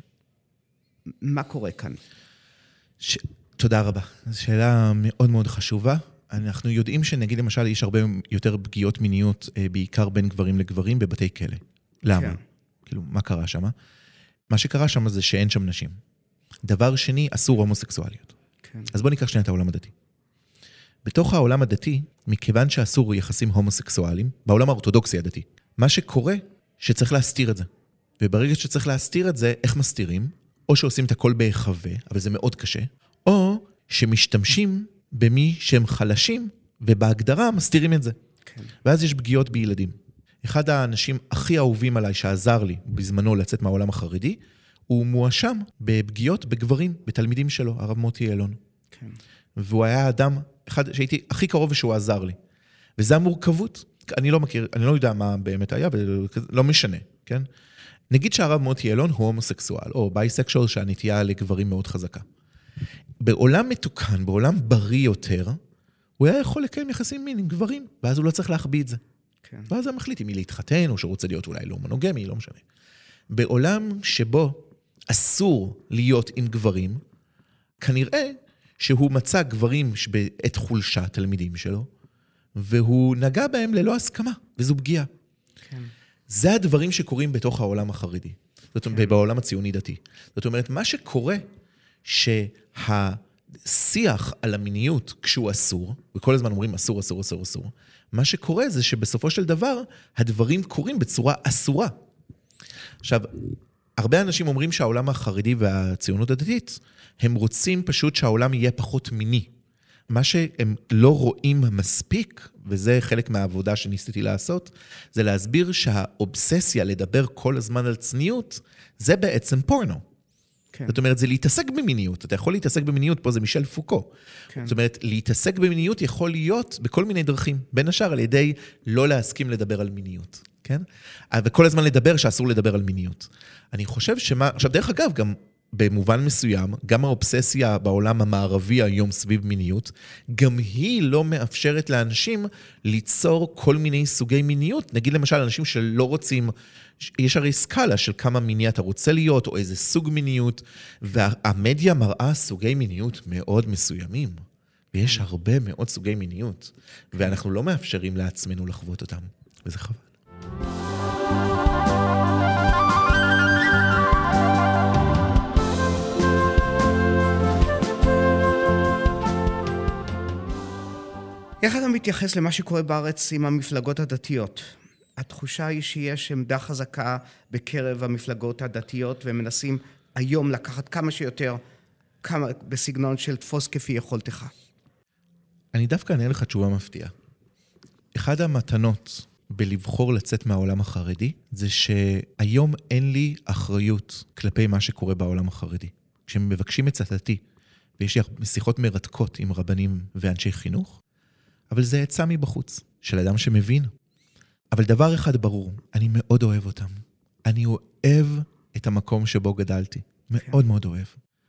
מה קורה כאן? ש... תודה רבה. זו שאלה מאוד מאוד חשובה. אנחנו יודעים שנגיד למשל יש הרבה יותר פגיעות מיניות, בעיקר בין גברים לגברים בבתי כלא. למה? כן. כאילו, מה קרה שם? מה שקרה שם זה שאין שם נשים. דבר שני, אסור הומוסקסואליות. כן. אז בוא ניקח שנייה את העולם הדתי. בתוך העולם הדתי, מכיוון שאסור יחסים הומוסקסואליים, בעולם האורתודוקסי הדתי, מה שקורה, שצריך להסתיר את זה. וברגע שצריך להסתיר את זה, איך מסתירים? או שעושים את הכל בהיחווה, אבל זה מאוד קשה, או שמשתמשים במי שהם חלשים, ובהגדרה מסתירים את זה. כן. ואז יש פגיעות בילדים. אחד האנשים הכי אהובים עליי שעזר לי בזמנו לצאת מהעולם החרדי, הוא מואשם בפגיעות בגברים, בתלמידים שלו, הרב מוטי אלון. כן. והוא היה האדם אחד שהייתי הכי קרוב ושהוא עזר לי. וזה המורכבות. אני לא מכיר, אני לא יודע מה באמת היה, ולא משנה, כן? נגיד שהרב מוטי אלון הוא הומוסקסואל, או בייסקשואל שהנטייה לגברים מאוד חזקה. בעולם מתוקן, בעולם בריא יותר, הוא היה יכול לקיים יחסים מין עם גברים, ואז הוא לא צריך להחביא את זה. כן. ואז הוא מחליט אם היא להתחתן, או שהוא רוצה להיות אולי לא מונוגמי, לא משנה. בעולם שבו אסור להיות עם גברים, כנראה שהוא מצא גברים בעת חולשה, תלמידים שלו, והוא נגע בהם ללא הסכמה, וזו פגיעה. כן. זה הדברים שקורים בתוך העולם החרדי, זאת אומרת, כן. בעולם הציוני דתי. זאת אומרת, מה שקורה, שהשיח על המיניות כשהוא אסור, וכל הזמן אומרים אסור, אסור, אסור, אסור, מה שקורה זה שבסופו של דבר, הדברים קורים בצורה אסורה. עכשיו, הרבה אנשים אומרים שהעולם החרדי והציונות הדתית, הם רוצים פשוט שהעולם יהיה פחות מיני. מה שהם לא רואים מספיק, וזה חלק מהעבודה שניסיתי לעשות, זה להסביר שהאובססיה לדבר כל הזמן על צניעות, זה בעצם פורנו. כן. זאת אומרת, זה להתעסק במיניות. אתה יכול להתעסק במיניות, פה זה מישל פוקו. כן. זאת אומרת, להתעסק במיניות יכול להיות בכל מיני דרכים, בין השאר על ידי לא להסכים לדבר על מיניות. כן? וכל הזמן לדבר שאסור לדבר על מיניות. אני חושב שמה, עכשיו דרך אגב, גם במובן מסוים, גם האובססיה בעולם המערבי היום סביב מיניות, גם היא לא מאפשרת לאנשים ליצור כל מיני סוגי מיניות. נגיד למשל, אנשים שלא רוצים, יש הרי סקאלה של כמה מיני אתה רוצה להיות, או איזה סוג מיניות, והמדיה מראה סוגי מיניות מאוד מסוימים. ויש הרבה מאוד סוגי מיניות, ואנחנו לא מאפשרים לעצמנו לחוות אותם, וזה חבל. איך אתה מתייחס למה שקורה בארץ עם המפלגות הדתיות? התחושה היא שיש עמדה חזקה בקרב המפלגות הדתיות, והם מנסים היום לקחת כמה שיותר, כמה בסגנון של תפוס כפי יכולתך. אני דווקא אענה לך תשובה מפתיעה. אחד המתנות בלבחור לצאת מהעולם החרדי, זה שהיום אין לי אחריות כלפי מה שקורה בעולם החרדי. כשהם מבקשים את צאתי, ויש לי שיחות מרתקות עם רבנים ואנשי חינוך, אבל זה יצא מבחוץ, של אדם שמבין. אבל דבר אחד ברור, אני מאוד אוהב אותם. אני אוהב את המקום שבו גדלתי. מאוד מאוד אוהב.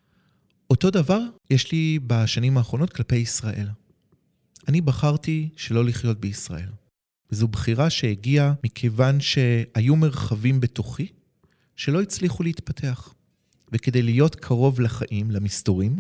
אותו דבר יש לי בשנים האחרונות כלפי ישראל. אני בחרתי שלא לחיות בישראל. וזו בחירה שהגיעה מכיוון שהיו מרחבים בתוכי שלא הצליחו להתפתח. וכדי להיות קרוב לחיים, למסתורים,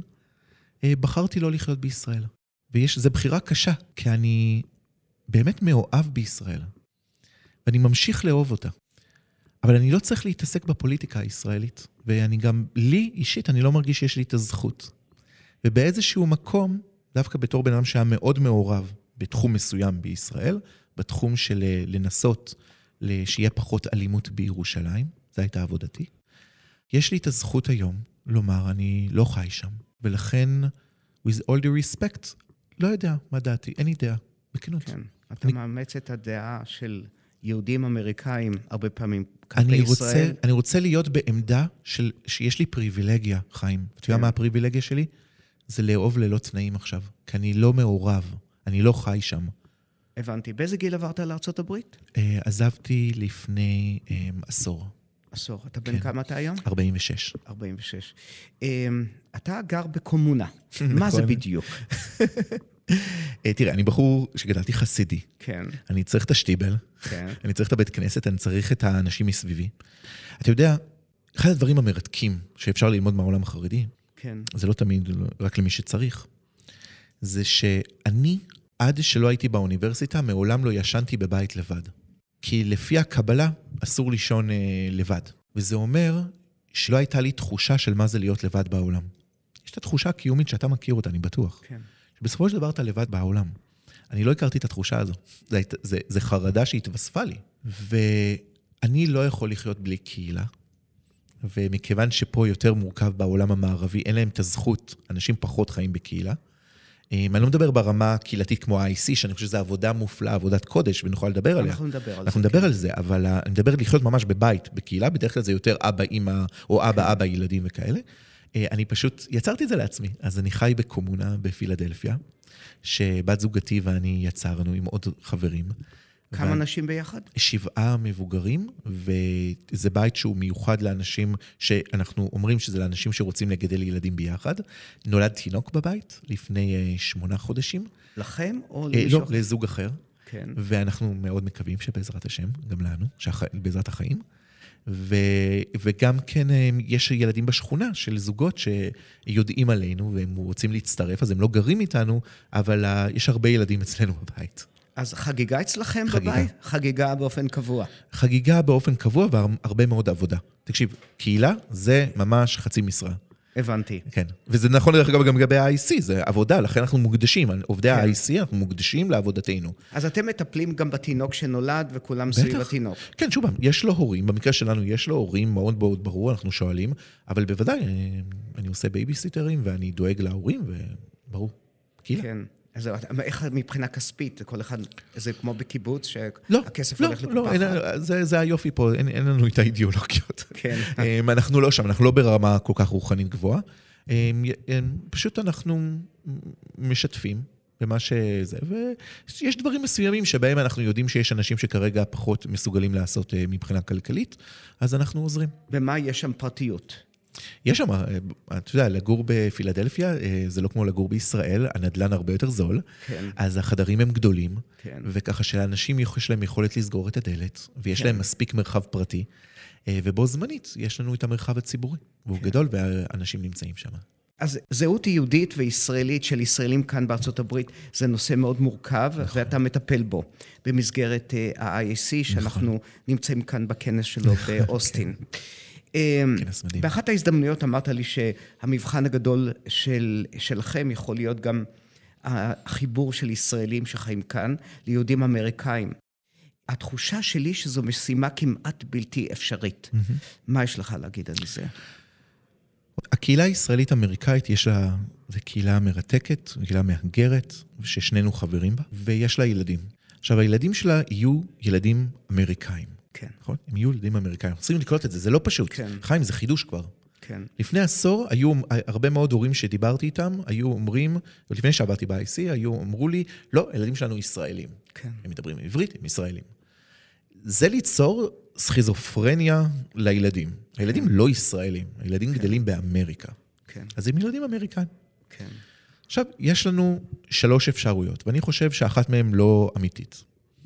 בחרתי לא לחיות בישראל. וזו בחירה קשה, כי אני באמת מאוהב בישראל. ואני ממשיך לאהוב אותה. אבל אני לא צריך להתעסק בפוליטיקה הישראלית. ואני גם, לי אישית, אני לא מרגיש שיש לי את הזכות. ובאיזשהו מקום, דווקא בתור בן אדם שהיה מאוד מעורב בתחום מסוים בישראל, בתחום של לנסות שיהיה פחות אלימות בירושלים, זו הייתה עבודתי. יש לי את הזכות היום לומר, אני לא חי שם. ולכן, with all the respect, לא יודע מה דעתי, אין לי דעה, בכנות. כן, אתה אני... מאמץ את הדעה של יהודים אמריקאים הרבה פעמים כלפי ישראל. אני רוצה להיות בעמדה של, שיש לי פריבילגיה, חיים. כן. אתה יודע מה הפריבילגיה שלי? זה לאהוב ללא תנאים עכשיו, כי אני לא מעורב, אני לא חי שם. הבנתי. באיזה גיל עברת לארצות הברית? עזבתי לפני עשור. עשור. אתה בן כמה אתה היום? ארבעים ושש. ארבעים ושש. אתה גר בקומונה. מה זה בדיוק? תראה, אני בחור שגדלתי חסידי. כן. אני צריך את השטיבל. כן. אני צריך את הבית כנסת, אני צריך את האנשים מסביבי. אתה יודע, אחד הדברים המרתקים שאפשר ללמוד מהעולם החרדי, כן. זה לא תמיד רק למי שצריך, זה שאני, עד שלא הייתי באוניברסיטה, מעולם לא ישנתי בבית לבד. כי לפי הקבלה, אסור לישון אה, לבד. וזה אומר שלא הייתה לי תחושה של מה זה להיות לבד בעולם. יש את התחושה הקיומית שאתה מכיר אותה, אני בטוח. כן. שבסופו של דבר אתה לבד בעולם. אני לא הכרתי את התחושה הזו. זה, זה, זה חרדה שהתווספה לי. ואני לא יכול לחיות בלי קהילה. ומכיוון שפה יותר מורכב בעולם המערבי, אין להם את הזכות, אנשים פחות חיים בקהילה. אני לא מדבר ברמה קהילתית כמו ה-איי סי, שאני חושב שזו עבודה מופלאה, עבודת קודש, ונוכל לדבר עליה. אנחנו נדבר על זה. אנחנו נדבר על זה, אבל אני מדבר לחיות ממש בבית, בקהילה, בדרך כלל זה יותר אבא, אמא, או אבא, אבא, ילדים וכאלה. אני פשוט יצרתי את זה לעצמי. אז אני חי בקומונה בפילדלפיה, שבת זוגתי ואני יצרנו עם עוד חברים. כמה אנשים ביחד? שבעה מבוגרים, וזה בית שהוא מיוחד לאנשים שאנחנו אומרים שזה לאנשים שרוצים לגדל ילדים ביחד. נולד תינוק בבית לפני שמונה חודשים. לכם או למישהו? לא, לזוג אחר. כן. ואנחנו מאוד מקווים שבעזרת השם, גם לנו, בעזרת החיים. ו, וגם כן יש ילדים בשכונה של זוגות שיודעים עלינו, והם רוצים להצטרף, אז הם לא גרים איתנו, אבל יש הרבה ילדים אצלנו בבית. אז חגיגה אצלכם חגיגה. בבית? חגיגה באופן קבוע. חגיגה באופן קבוע והרבה מאוד עבודה. תקשיב, קהילה זה ממש חצי משרה. הבנתי. כן, וזה נכון דרך אגב גם לגבי ה-איי סי, זה עבודה, לכן אנחנו מוקדשים, עובדי כן. ה-איי סי, אנחנו מוקדשים לעבודתנו. אז אתם מטפלים גם בתינוק שנולד וכולם סביב התינוק. כן, שוב, יש לו הורים, במקרה שלנו יש לו הורים מאוד מאוד ברור, אנחנו שואלים, אבל בוודאי, אני, אני עושה בייביסיטרים ואני דואג להורים, וברור, קהילה. כן. אז איך מבחינה כספית, כל אחד, זה כמו בקיבוץ, שהכסף לא, הולך לא, לקופה לא, אחת? זה, זה היופי פה, אין, אין לנו את האידיאולוגיות. כן. אנחנו לא שם, אנחנו לא ברמה כל כך רוחנית גבוהה. פשוט אנחנו משתפים במה שזה, ויש דברים מסוימים שבהם אנחנו יודעים שיש אנשים שכרגע פחות מסוגלים לעשות מבחינה כלכלית, אז אנחנו עוזרים. ומה יש שם פרטיות? יש שם, אתה יודע, לגור בפילדלפיה, זה לא כמו לגור בישראל, הנדלן הרבה יותר זול, כן. אז החדרים הם גדולים, כן. וככה שלאנשים יש להם יכולת לסגור את הדלת, ויש כן. להם מספיק מרחב פרטי, ובו זמנית יש לנו את המרחב הציבורי, והוא כן. גדול והאנשים נמצאים שם. אז זהות יהודית וישראלית של ישראלים כאן בארצות הברית, זה נושא מאוד מורכב, נכון. ואתה מטפל בו במסגרת ה-איי איי סי, שאנחנו נכון. נמצאים כאן בכנס שלו באוסטין. כן. באחת ההזדמנויות אמרת לי שהמבחן הגדול של, שלכם יכול להיות גם החיבור של ישראלים שחיים כאן ליהודים אמריקאים. התחושה שלי שזו משימה כמעט בלתי אפשרית. Mm-hmm. מה יש לך להגיד על זה? הקהילה הישראלית אמריקאית יש לה, זו קהילה מרתקת, קהילה מהגרת, ששנינו חברים בה, ויש לה ילדים. עכשיו, הילדים שלה יהיו ילדים אמריקאים. כן. נכון? הם יהיו ילדים אמריקאים. אנחנו צריכים לקלוט את זה, זה לא פשוט. כן. חיים, זה חידוש כבר. כן. לפני עשור, היו הרבה מאוד הורים שדיברתי איתם, היו אומרים, ולפני שעברתי ב-איי סי, היו אמרו לי, לא, הילדים שלנו ישראלים. כן. הם מדברים עברית, הם ישראלים. זה ליצור סכיזופרניה לילדים. הילדים כן. לא ישראלים, הילדים כן. גדלים באמריקה. כן. אז הם ילדים אמריקאים. כן. עכשיו, יש לנו שלוש אפשרויות, ואני חושב שאחת מהן לא אמיתית.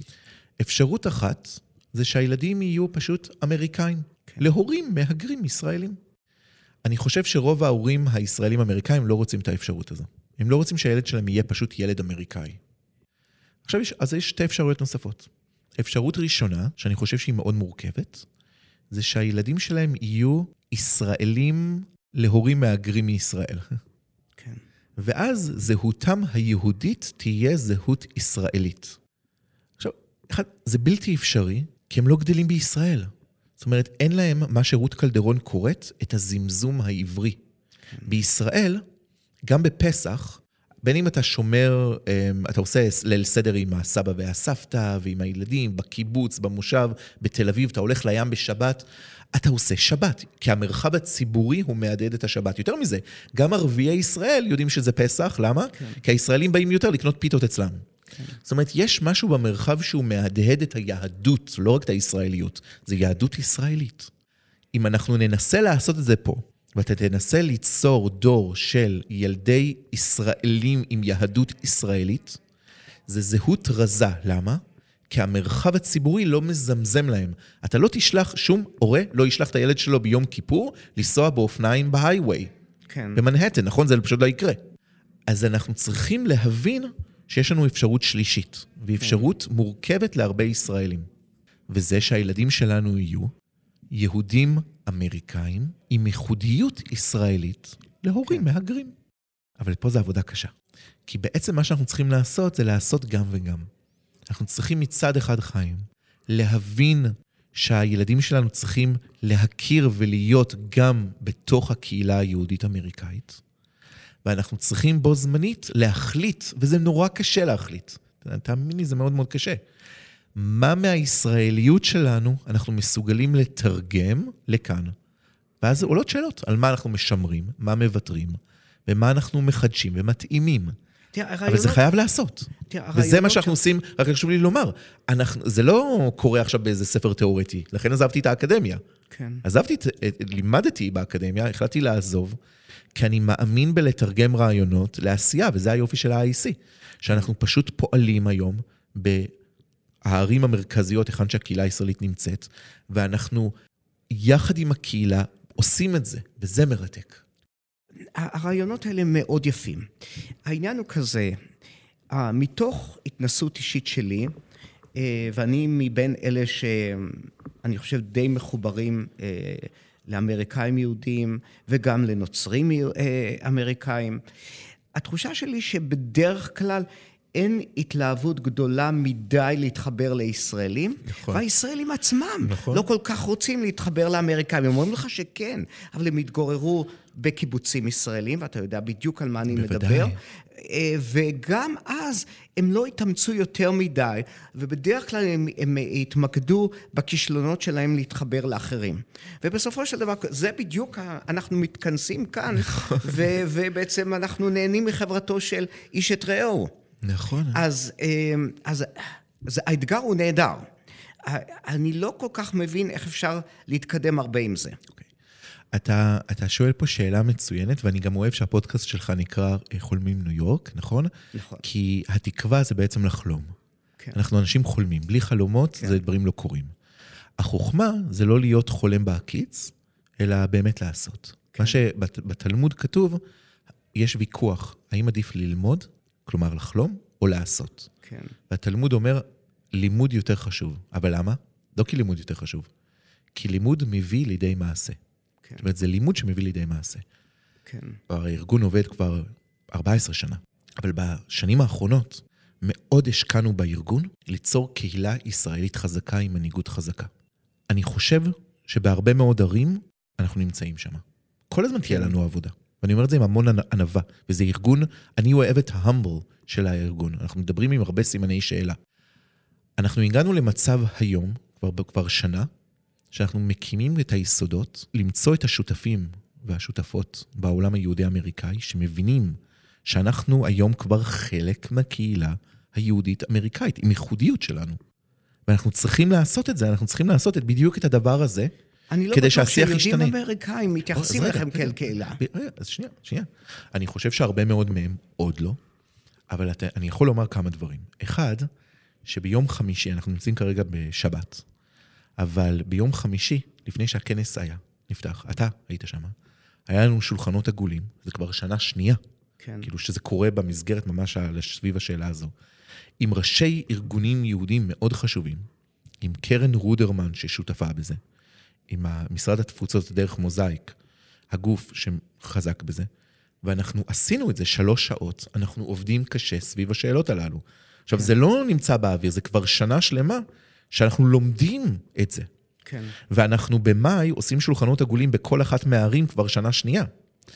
אפשרות אחת, זה שהילדים יהיו פשוט אמריקאים, כן. להורים מהגרים ישראלים. אני חושב שרוב ההורים הישראלים אמריקאים לא רוצים את האפשרות הזו. הם לא רוצים שהילד שלהם יהיה פשוט ילד אמריקאי. עכשיו, יש, אז יש שתי אפשרויות נוספות. אפשרות ראשונה, שאני חושב שהיא מאוד מורכבת, זה שהילדים שלהם יהיו ישראלים להורים מהגרים מישראל. כן. ואז זהותם היהודית תהיה זהות ישראלית. עכשיו, אחד, זה בלתי אפשרי, כי הם לא גדלים בישראל. זאת אומרת, אין להם מה שרות קלדרון קוראת את הזמזום העברי. כן. בישראל, גם בפסח, בין אם אתה שומר, אתה עושה ליל סדר עם הסבא והסבתא, ועם הילדים, בקיבוץ, במושב, בתל אביב, אתה הולך לים בשבת, אתה עושה שבת, כי המרחב הציבורי הוא מעדד את השבת. יותר מזה, גם ערביי ישראל יודעים שזה פסח, למה? כן. כי הישראלים באים יותר לקנות פיתות אצלם. כן. זאת אומרת, יש משהו במרחב שהוא מעדהד את היהדות, לא רק את הישראליות, זה יהדות ישראלית. אם אנחנו ננסה לעשות את זה פה, ואתה תנסה ליצור דור של ילדי ישראלים עם יהדות ישראלית, זה זהות רזה. למה? כי המרחב הציבורי לא מזמזם להם. אתה לא תשלח, שום הורה לא ישלח את הילד שלו ביום כיפור, לנסוע באופניים בהייווי. כן. במנהטן, נכון? זה פשוט לא יקרה. אז אנחנו צריכים להבין שיש לנו אפשרות שלישית, ואפשרות כן. מורכבת להרבה ישראלים. וזה שהילדים שלנו יהיו יהודים אמריקאים עם ייחודיות ישראלית להורים כן. מהגרים. אבל פה זה עבודה קשה. כי בעצם מה שאנחנו צריכים לעשות זה לעשות גם וגם. אנחנו צריכים מצד אחד חיים, להבין שהילדים שלנו צריכים להכיר ולהיות גם בתוך הקהילה היהודית אמריקאית. ואנחנו צריכים בו זמנית להחליט, וזה נורא קשה להחליט. תאמין לי, זה מאוד מאוד קשה. מה מהישראליות שלנו אנחנו מסוגלים לתרגם לכאן? ואז עולות שאלות על מה אנחנו משמרים, מה מבטרים, ומה אנחנו מחדשים ומתאימים. אבל זה חייב לעשות. וזה מה שאנחנו עושים, רק חשוב לי לומר, זה לא קורה עכשיו באיזה ספר תיאורטי, לכן עזבתי את האקדמיה. עזבתי, לימדתי באקדמיה, החלטתי לעזוב, כי אני מאמין בלתרגם רעיונות לעשייה, וזה היופי של ה-איי סי, שאנחנו פשוט פועלים היום בערים המרכזיות, היכן שהקהילה הישראלית נמצאת, ואנחנו יחד עם הקהילה עושים את זה, וזה מרתק. הרעיונות האלה מאוד יפים. העניין הוא כזה, מתוך התנסות אישית שלי, ואני מבין אלה שאני חושב די מחוברים לאמריקאים יהודים וגם לנוצרים אמריקאים. התחושה שלי שבדרך כלל אין התלהבות גדולה מדי להתחבר לישראלים, נכון. והישראלים עצמם נכון. לא כל כך רוצים להתחבר לאמריקאים. הם אומרים לך שכן, אבל הם התגוררו בקיבוצים ישראלים, ואתה יודע בדיוק על מה אני בוודאי. מדבר, וגם אז הם לא התאמצו יותר מדי, ובדרך כלל הם, הם התמקדו בכישלונות שלהם להתחבר לאחרים. ובסופו של דבר, זה בדיוק, אנחנו מתכנסים כאן, ו, ובעצם אנחנו נהנים מחברתו של איש את רעהו. נכון. אז, אז, אז האתגר הוא נהדר. אני לא כל כך מבין איך אפשר להתקדם הרבה עם זה. אוקיי. אתה, אתה שואל פה שאלה מצוינת, ואני גם אוהב שהפודקאסט שלך נקרא חולמים ניו יורק, נכון? נכון. כי התקווה זה בעצם לחלום. כן. אנחנו אנשים חולמים. בלי חלומות, כן. זה דברים לא קורים. החוכמה זה לא להיות חולם בהקיץ, אלא באמת לעשות. כן. מה שבתלמוד כתוב, יש ויכוח, האם עדיף ללמוד, כלומר לחלום, או לעשות. כן. והתלמוד אומר, לימוד יותר חשוב. אבל למה? לא כי לימוד יותר חשוב. כי לימוד מביא לידי מעשה. כן. זאת אומרת, זה לימוד שמביא לידי מעשה. כן. הארגון עובד כבר ארבע עשרה שנה. אבל בשנים האחרונות, מאוד השקענו בארגון ליצור קהילה ישראלית חזקה עם מנהיגות חזקה. אני חושב שבהרבה מאוד ערים אנחנו נמצאים שם. כל הזמן תהיה לנו עבודה. ואני אומר את זה עם המון ענווה, וזה ארגון, אני אוהב את ההמבל של הארגון. אנחנו מדברים עם הרבה סימני שאלה. אנחנו הגענו למצב היום, כבר, כבר שנה, שאנחנו מקימים את היסודות, למצוא את השותפים והשותפות בעולם היהודי-אמריקאי, שמבינים שאנחנו היום כבר חלק מהקהילה היהודית-אמריקאית, עם ייחודיות שלנו. ואנחנו צריכים לעשות את זה, אנחנו צריכים לעשות את בדיוק את הדבר הזה, אני לא בטוח שיהודים אמריקאים מתייחסים לכם כאל קהילה. אז שנייה, שנייה. אני חושב שהרבה מאוד מהם עוד לא, אבל אני יכול לומר כמה דברים. אחד, שביום חמישי, אנחנו נמצאים כרגע בשבת, אבל ביום חמישי, לפני שהכנס היה, נפתח, אתה היית שם, היה לנו שולחנות עגולים, זה כבר שנה שנייה, כן. כאילו שזה קורה במסגרת ממש סביב השאלה הזו, עם ראשי ארגונים יהודים מאוד חשובים, עם קרן רודרמן ששותפה בזה, עם משרד התפוצות דרך מוזאיק, הגוף שחזק בזה, ואנחנו עשינו את זה שלוש שעות, אנחנו עובדים קשה סביב השאלות הללו. עכשיו, כן. זה לא נמצא באוויר, זה כבר שנה שלמה שאנחנו לומדים את זה. כן. ואנחנו במאי עושים שולחנות עגולים בכל אחת מהערים כבר שנה שנייה.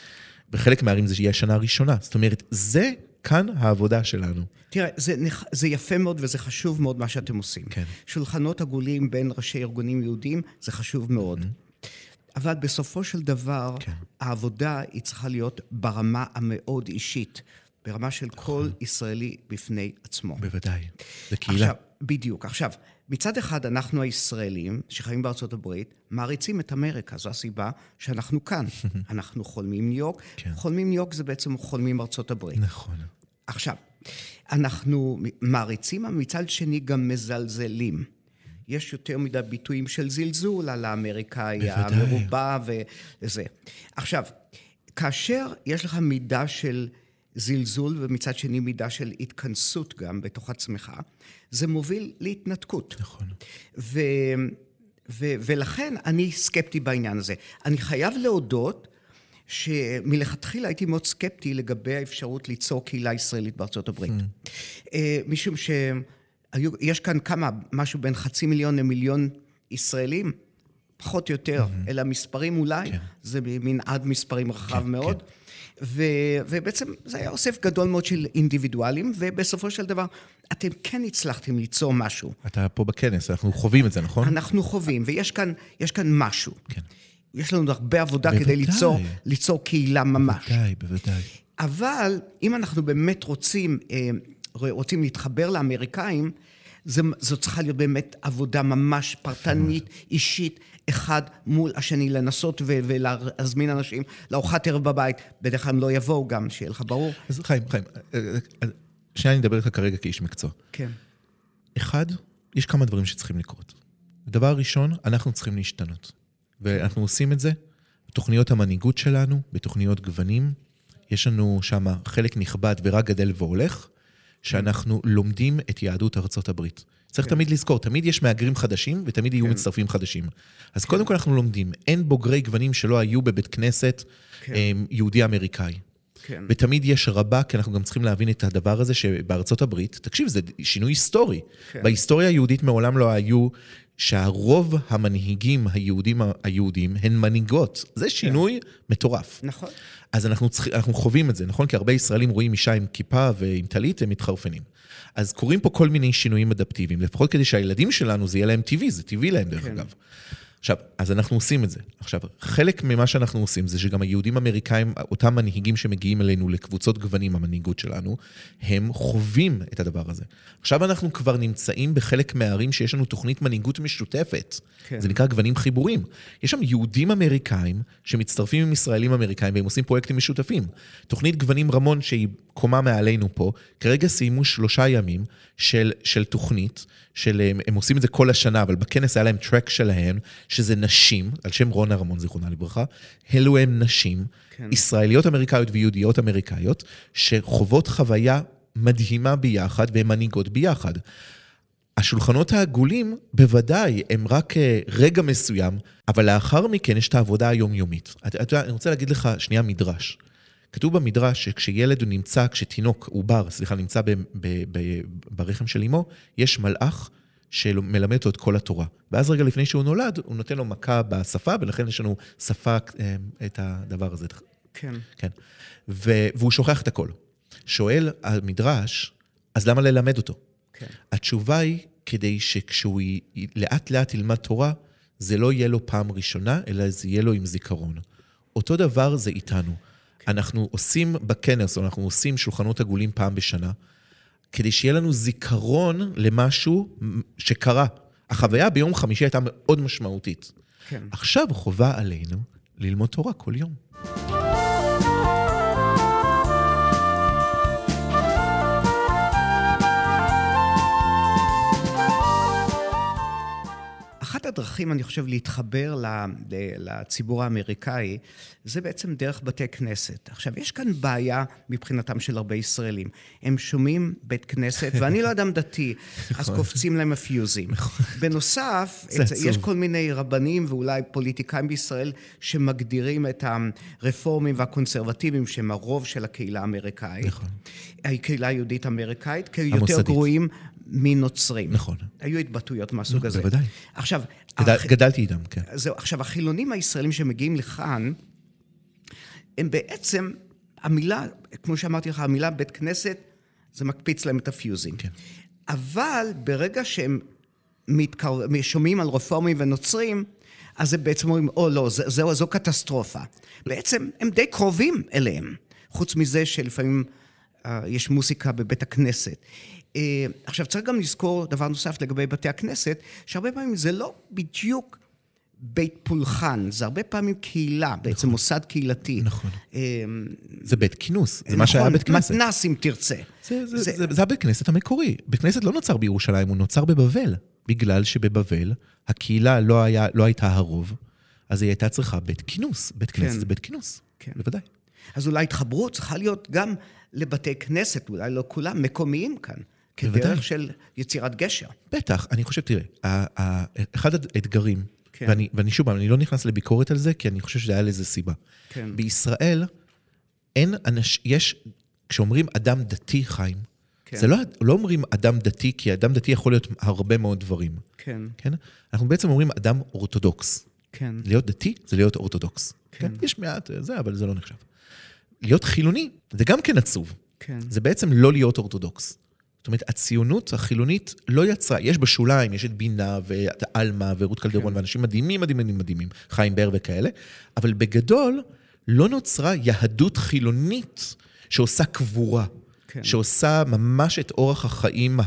בחלק מהערים זה יהיה שנה ראשונה. זאת אומרת, זה כאן העבודה שלנו. תראה, זה, זה יפה מאוד וזה חשוב מאוד מה שאתם עושים. כן. שולחנות עגולים בין ראשי ארגונים יהודים, זה חשוב מאוד. Mm-hmm. אבל בסופו של דבר, כן. העבודה היא צריכה להיות ברמה המאוד אישית, ברמה של כל ישראלי בפני עצמו. בוודאי, זה קהילה. עכשיו, בדיוק. עכשיו, מצד אחד אנחנו הישראלים שחיים בארצות הברית, מעריצים את אמריקה, זו הסיבה שאנחנו כאן. אנחנו חולמים ניו יורק, כן. חולמים ניו יורק זה בעצם חולמים ארצות הברית. נכון. עכשיו, אנחנו מעריצים, אבל מצד שני גם מזלזלים. יש יותר מדי ביטויים של זלזול על האמריקאי המרובע וזה. עכשיו, כאשר יש לך מידה של זלזול ומצד שני מידה של התכנסות גם בתוך עצמך, זה מוביל להתנתקות. נכון. ו, ו, ולכן אני סקפטי בעניין הזה. אני חייב להודות שמלכתחילה הייתי מאוד סקפטי לגבי האפשרות ליצור קהילה ישראלית בארצות הברית. Mm. משום שיש כאן כמה, משהו בין חצי מיליון למיליון ישראלים, פחות או יותר, mm-hmm. אלא מספרים אולי, כן. זה מנעד מספרים רחב כן, מאוד. כן. ו, ובעצם זה היה אוסף גדול מאוד של אינדיבידואלים, ובסופו של דבר אתם כן הצלחתם ליצור משהו. אתה פה בכנס, אנחנו חווים את זה, נכון? אנחנו חווים, ויש כאן, יש כאן משהו. כן. יש לנו הרבה עבודה בוודאי. כדי ליצור, ליצור קהילה ממש. בוודאי, בוודאי. אבל אם אנחנו באמת רוצים, רוצים להתחבר לאמריקאים, זה, זו צריכה להיות באמת עבודה ממש פרטנית, אישית, אחד מול השני, לנסות ו- ולהזמין אנשים לארוחת ערב בבית. בדרך כלל הם לא יבואו גם, שיהיה לך ברור. אז חיים, חיים, שנייה אני אדבר איתך כרגע כאיש מקצוע. כן. אחד, יש כמה דברים שצריכים לקרות. הדבר הראשון, אנחנו צריכים להשתנות. ואנחנו עושים את זה בתוכניות המנהיגות שלנו, בתוכניות גוונים. יש לנו שם חלק נכבד ורק גדל והולך, שאנחנו לומדים את יהדות ארצות הברית. צריך תמיד לזכור, תמיד יש מהגרים חדשים, ותמיד יהיו מצטרפים חדשים. אז קודם כל אנחנו לומדים, אין בוגרי גוונים שלא היו בבית כנסת יהודי אמריקאי. כן. ותמיד יש רבה, כי אנחנו גם צריכים להבין את הדבר הזה שבארצות הברית, תקשיב, זה שינוי היסטורי. כן. בהיסטוריה היהודית מעולם לא היו שהרוב המנהיגים היהודים היהודים הן מנהיגות. זה שינוי כן. מטורף. נכון. אז אנחנו, צריכים, אנחנו חווים את זה, נכון? כי הרבה ישראלים רואים אישה עם כיפה ועם טלית, הם מתחרפנים. אז קוראים פה כל מיני שינויים אדפטיביים, לפחות כדי שהילדים שלנו זה יהיה להם טבעי, זה טבעי להם דרך כן. אגב. עכשיו, אז אנחנו עושים את זה. עכשיו, חלק ממה שאנחנו עושים זה שגם היהודים האמריקאים, אותם מנהיגים שמגיעים אלינו לקבוצות גוונים, המנהיגות שלנו, הם חווים את הדבר הזה. עכשיו אנחנו כבר נמצאים בחלק מהערים שיש לנו תוכנית מנהיגות משותפת. כן. זה נקרא גוונים חיבורים. יש שם יהודים אמריקאים שמצטרפים עם ישראלים אמריקאים והם עושים פרויקטים משותפים. תוכנית גוונים רמון שהיא קומה מעלינו פה, כרגע סיימו שלושה ימים של, של תוכנית, של, הם, הם עושים את זה כל השנה, אבל בכנס היה להם טרק שלהם, שזה נשים, על שם רונה רמון, זיכרונה לברכה, אלו הם נשים, כן. ישראליות אמריקאיות ויהודיות אמריקאיות, שחוות חוויה מדהימה ביחד, והן מנהיגות ביחד. השולחנות העגולים, בוודאי, הם רק רגע מסוים, אבל לאחר מכן יש את העבודה היומיומית. אני רוצה להגיד לך שנייה מדרש. כתוב במדרש שכשילד הוא נמצא, כשתינוק, עובר, סליחה, נמצא ב, ב, ב, ברחם של אמו, יש מלאך שמלמד אותו את כל התורה. ואז רגע לפני שהוא נולד, הוא נותן לו מכה בשפה, ולכן יש לנו שפה את הדבר הזה. כן. כן. ו, והוא שוכח את הכל. שואל המדרש, אז למה ללמד אותו? כן. התשובה היא, כדי שכשהוא לאט לאט ילמד תורה, זה לא יהיה לו פעם ראשונה, אלא זה יהיה לו עם זיכרון. אותו דבר זה איתנו. אנחנו עושים בכנס, או אנחנו עושים שולחנות עגולים פעם בשנה, כדי שיהיה לנו זיכרון למשהו שקרה. החוויה ביום חמישי הייתה מאוד משמעותית. כן. עכשיו חובה עלינו ללמוד תורה כל יום. אחת הדרכים, אני חושב, להתחבר לציבור האמריקאי, זה בעצם דרך בתי כנסת. עכשיו, יש כאן בעיה מבחינתם של הרבה ישראלים. הם שומעים בית כנסת, ואני לא אדם דתי, אז קופצים להם הפיוזים. בנוסף, יש כל מיני רבנים ואולי פוליטיקאים בישראל שמגדירים את הרפורמים והקונסרבטיביים, שהם הרוב של הקהילה האמריקאית. הקהילה היהודית האמריקאית, כיותר גרועים מנוצרים. נכון. היו התבטאויות מהסוג הזה. בוודאי. עכשיו, גדלתי איתם, כן. זהו, עכשיו, החילונים הישראלים שמגיעים לכאן, הם בעצם, המילה, כמו שאמרתי לך, המילה בית כנסת, זה מקפיץ להם את הפיוזים. כן. אבל ברגע שהם מתקר... שומעים על רפורמים ונוצרים, אז הם בעצם אומרים, או לא, זו, זו, זו קטסטרופה. בעצם הם די קרובים אליהם, חוץ מזה שלפעמים uh, יש מוסיקה בבית הכנסת. Uh, עכשיו, צריך גם לזכור דבר נוסף לגבי בתי הכנסת, שהרבה פעמים זה לא בדיוק בית פולחן, זה הרבה פעמים קהילה, בעצם נכון. מוסד קהילתי. נכון. Uh, זה בית כינוס, זה נכון, מה שהיה בית כנסת. מתנס אם תרצה. זה, זה, זה, זה, זה הבית כנסת המקורי. בית כנסת לא נוצר בירושלים, הוא נוצר בבבל. בגלל שבבבל הקהילה לא, היה, לא הייתה הרוב, אז היא הייתה צריכה בית כינוס. בית כנסת כן. זה בית כינוס, כן. בוודאי. אז אולי התחברות צריכה להיות גם לבתי כנסת, אולי לא כולם, מקומיים כאן, כדרך של יצירת גשר. בטח, אני חושב, תראה, אחד האתגרים, כן. ואני, ואני שוב, אני לא נכנס לביקורת על זה, כי אני חושב שזה היה לזה סיבה. כן. בישראל, אין אנש, יש, כשאומרים אדם דתי חיים, כן. זה לא, לא אומרים אדם דתי, כי אדם דתי יכול להיות הרבה מאוד דברים. כן. כן? אנחנו בעצם אומרים אדם אורתודוקס. כן. להיות דתי זה להיות אורתודוקס. כן. כן? יש מעט זה, אבל זה לא נחשב. להיות חילוני זה גם כן עצוב. כן. זה בעצם לא להיות אורתודוקס. זאת אומרת, הציונות החילונית לא יצרה, יש בשוליים, יש את בינה ואת אלמה ורות קלדרון, כן. ואנשים מדהימים, מדהימים, מדהימים, חיים בר וכאלה, אבל בגדול לא נוצרה יהדות חילונית שעושה קבורה. כן. שעושה ממש את אורח החיים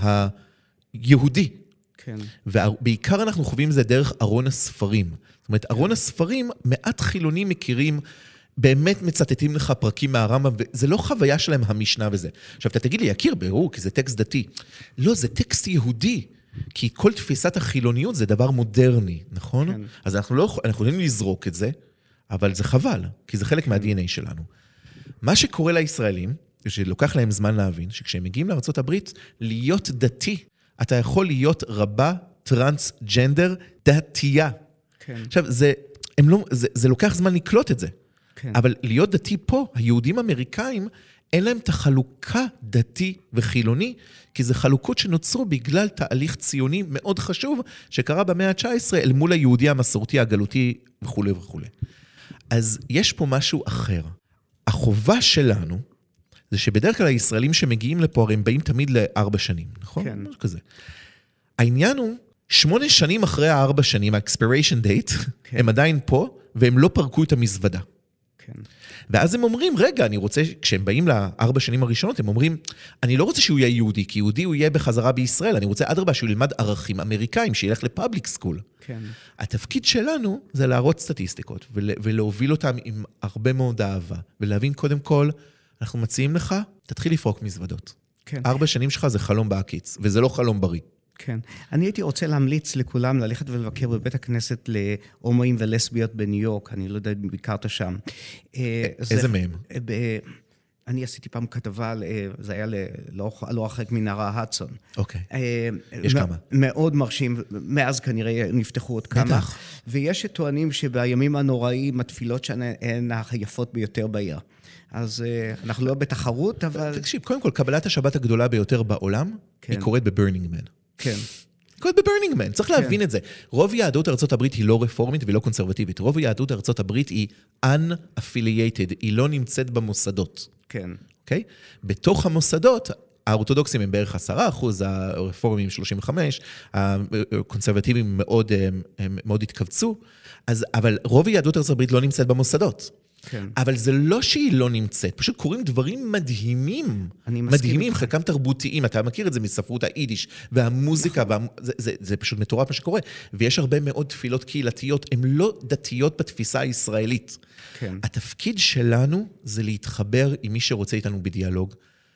היהודי. כן. ובעיקר אנחנו חווים זה דרך ארון הספרים. זאת אומרת, כן. ארון הספרים, מעט חילונים מכירים, באמת מצטטים לך פרקים מהרמב"ם, וזה לא חוויה שלהם המשנה וזה. עכשיו, אתה תגיד לי, יכיר, ברור, כי זה טקסט דתי. לא, זה טקסט יהודי. כי כל תפיסת החילוניות זה דבר מודרני, נכון? כן. אז אנחנו לא אנחנו יכולים לזרוק את זה, אבל זה חבל, כי זה חלק כן. מה-די אן איי שלנו. מה שקורה לישראלים, שלוקח להם זמן להבין, שכשהם מגיעים לארצות הברית, להיות דתי, אתה יכול להיות רבה טרנסג'נדר דתייה. כן. עכשיו, זה, הם לא, זה, זה לוקח זמן לקלוט את זה. כן. אבל להיות דתי פה, היהודים האמריקאים, אין להם את החלוקה דתי וחילוני, כי זה חלוקות שנוצרו בגלל תהליך ציוני מאוד חשוב, שקרה במאה ה-תשע עשרה אל מול היהודי המסורתי, הגלותי וכו' וכו'. אז יש פה משהו אחר. החובה שלנו, זה שבדרך כלל הישראלים שמגיעים לפה, הרי הם באים תמיד לארבע שנים, נכון? כן. כזה. העניין הוא, שמונה שנים אחרי הארבע שנים, ה-expiration date, כן. הם עדיין פה, והם לא פרקו את המזוודה. כן. ואז הם אומרים, רגע, אני רוצה, כשהם באים לארבע שנים הראשונות, הם אומרים, אני לא רוצה שהוא יהיה יהודי, כי יהודי הוא יהיה בחזרה בישראל, אני רוצה אדרבה שהוא ילמד ערכים אמריקאים, שילך לפאבליק סקול. כן. התפקיד שלנו זה להראות סטטיסטיקות, ולהוביל אותם עם הרבה מאוד אהבה, ולהבין קודם כל, אנחנו מציעים לך, תתחיל לפרוק מזוודות. כן. ארבע שנים שלך זה חלום בעקיץ, וזה לא חלום בריא. כן. אני הייתי רוצה להמליץ לכולם ללכת ולבקר בבית הכנסת להומואים ולסביות בניו יורק, אני לא יודע אם ביקרת שם. איזה מהם? אני עשיתי פעם כתבה, זה היה לא הרחק מנהר ההדסון. אוקיי. יש כמה. מאוד מרשים, מאז כנראה נפתחו עוד כמה. בטח. ויש שטוענים שבימים הנוראים התפילות שהן היפות ביותר בעיר. אז אנחנו לא בתחרות, אבל... תקשיב, קודם כל, קבלת השבת הגדולה ביותר בעולם, היא קורית בברנינג מן. כן. קורית בברנינג מן, צריך להבין את זה. רוב יהדות ארצות הברית היא לא רפורמית ולא קונסרבטיבית. רוב יהדות ארצות הברית היא unaffiliated, היא לא נמצאת במוסדות. כן. אוקיי? בתוך המוסדות, האורתודוקסים הם בערך עשרה אחוז, הרפורמים שלושים וחמש, הקונסרבטיביים מאוד, מאוד התכווצו, אז, אבל רוב יהדות ארצות הברית לא נמצאת במוסדות. כן. אבל זה לא שהיא לא נמצאת, פשוט קוראים דברים מדהימים, מדהימים, חלקם תרבותיים, אתה מכיר את זה מספרות היידיש, והמוזיקה, וה... זה, זה, זה פשוט מטורף מה שקורה, ויש הרבה מאוד תפילות קהילתיות, הן לא דתיות בתפיסה הישראלית. כן. התפקיד שלנו זה להתחבר עם מי שרוצה איתנו בדיאלוג,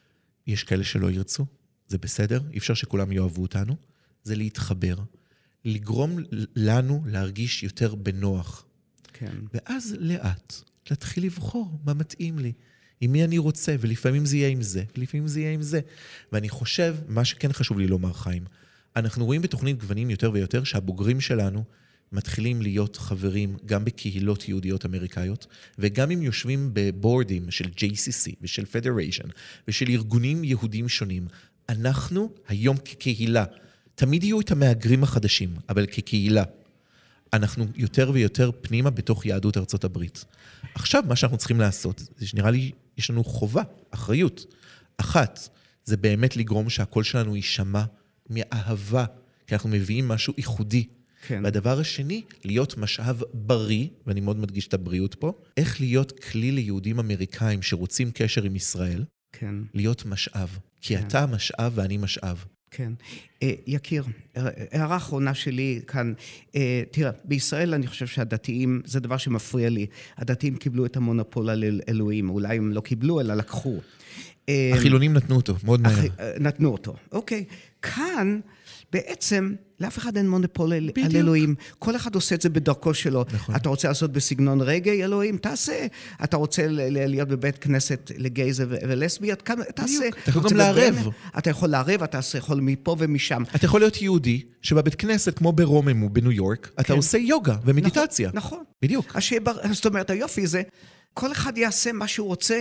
יש כאלה שלא ירצו, זה בסדר, אי אפשר שכולם יאהבו אותנו, זה להתחבר, לגרום לנו להרגיש יותר בנוח. כן. ואז לאט, להתחיל לבחור מה מתאים לי, עם מי אני רוצה, ולפעמים זה יהיה עם זה, ולפעמים זה יהיה עם זה. ואני חושב, מה שכן חשוב לי לומר, חיים, אנחנו רואים בתוכנית גוונים יותר ויותר, שהבוגרים שלנו מתחילים להיות חברים גם בקהילות יהודיות אמריקאיות, וגם אם יושבים בבורדים של ג'יי סי סי ושל פדריישן, ושל ארגונים יהודים שונים, אנחנו היום כקהילה, תמיד יהיו את המהגרים החדשים, אבל כקהילה, אנחנו יותר ויותר פנימה בתוך יהדות ארצות הברית. עכשיו, מה שאנחנו צריכים לעשות, זה שנראה לי, יש לנו חובה, אחריות. אחת, זה באמת לגרום שהקול שלנו יישמע מאהבה, כי אנחנו מביאים משהו ייחודי. כן. והדבר השני, להיות משאב בריא, ואני מאוד מדגיש את הבריאות פה, איך להיות כלי ליהודים אמריקאים שרוצים קשר עם ישראל, כן. להיות משאב. כי כן. אתה משאב ואני משאב. כן. יקיר, הערה האחרונה שלי כאן, תראה, בישראל אני חושב שהדתיים, זה דבר שמפריע לי, הדתיים קיבלו את המונופול על אלוהים, אולי הם לא קיבלו, אלא לקחו. החילונים נתנו אותו, מאוד מהר. נתנו אותו, אוקיי. כאן, בעצם, לאף אחד אין מונופול על אלוהים. כל אחד עושה את זה בדרכו שלו. נכון. אתה רוצה לעשות בסגנון רגעי, אלוהים, תעשה. אתה רוצה להיות בבית כנסת לגייז ולסביות, תעשה. אתה יכול גם לערב. אתה יכול לערב, אתה יכול מפה ומשם. אתה יכול להיות יהודי, שבבית כנסת, כמו ברומם בניו יורק, אתה עושה יוגה ומדיטציה. נכון. בדיוק. זאת אומרת, היופי זה, כל אחד יעשה מה שהוא רוצה,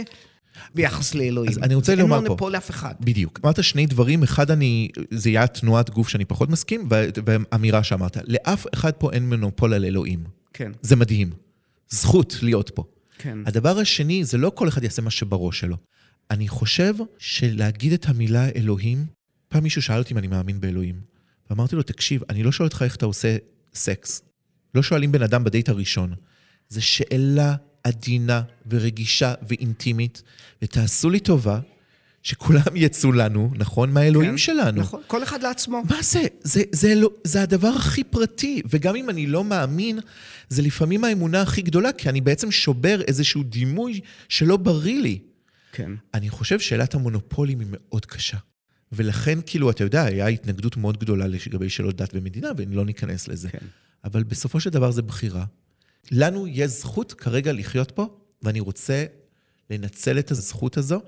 ביחס לאלוהים. אז אני רוצה לומר פה. אין מונופול לאף אחד. בדיוק. אמרת שני דברים, אחד אני, זה היה תנועת גוף שאני פחות מסכים, ואמירה שאמרת, לאף אחד פה אין מונופול על אלוהים. כן. זה מדהים. זכות להיות פה. כן. הדבר השני, זה לא כל אחד יעשה מה שבראש שלו. אני חושב שלהגיד את המילה אלוהים, פעם מישהו שאל אותי אם אני מאמין באלוהים. ואמרתי לו, תקשיב, אני לא שואל אותך איך אתה עושה סקס. לא שואלים בן אדם בדייט הראשון. זה שאלה עדינה ורגישה ואינטימית, ותעשו לי טובה, שכולם יצאו לנו, נכון? מהאלוהים כן, שלנו. נכון, כל אחד לעצמו. מה זה? זה, זה, לא, זה הדבר הכי פרטי, וגם אם אני לא מאמין, זה לפעמים האמונה הכי גדולה, כי אני בעצם שובר איזשהו דימוי שלא בריא לי. כן. אני חושב שאלת המונופולים היא מאוד קשה. ולכן, כאילו, אתה יודע, היה התנגדות מאוד גדולה לגבי שאלות דת ומדינה, ואני לא ניכנס לזה. כן. אבל בסופו של דבר זה בחירה. לנו יש זכות כרגע לחיות פה, ואני רוצה לנצל את הזכות הזו,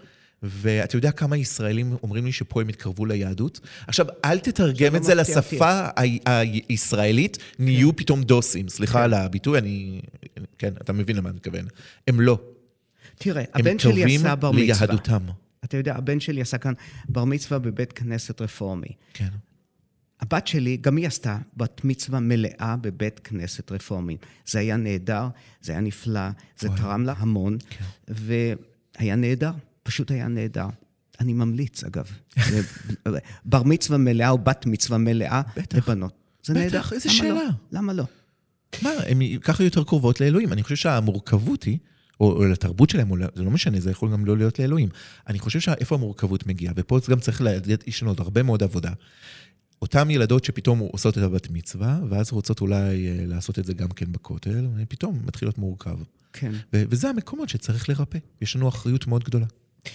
ואתה יודע כמה ישראלים אומרים לי שפה הם התקרבו ליהדות? עכשיו, אל תתרגם את זה לא מפתיע אותי. לשפה ה- הישראלית, נהיו פתאום דוסים. סליחה על הביטוי, אני... כן, אתה מבין למה אני מתכוון. הם לא. תראה, הם הבן שלי מתקרבים עשה בר מצווה. ליהדותם. אתה יודע, הבן שלי עשה כאן בר מצווה בבית כנסת רפורמי. כן. הבת שלי, גם היא עשתה בת מצווה מלאה בבית כנסת רפורמי. זה היה נהדר, זה היה נפלא, זה וואי. תרם לה המון, כן. והיה נהדר, פשוט היה נהדר. אני ממליץ, אגב. זה- בר מצווה מלאה או בת מצווה מלאה בטח. לבנות. זה בטח, נהדר. איזה למה לא? שאלה. למה לא? מה, הם ככה יותר קרובות לאלוהים. אני חושב שהמורכבות היא, או, או לתרבות שלהם, או, זה לא משנה, זה יכול גם לא להיות לאלוהים. אני חושב שאיפה המורכבות מגיעה, ופה גם צריך להגיד, יש לנו עוד הרבה מאוד עבודה. אותם ילדות שפתאום עושות את הבת מצווה, ואז רוצות אולי אה, לעשות את זה גם כן בכותל, ופתאום מתחיל להיות מורכב. כן. ו- וזה המקומות שצריך לרפא. יש לנו אחריות מאוד גדולה.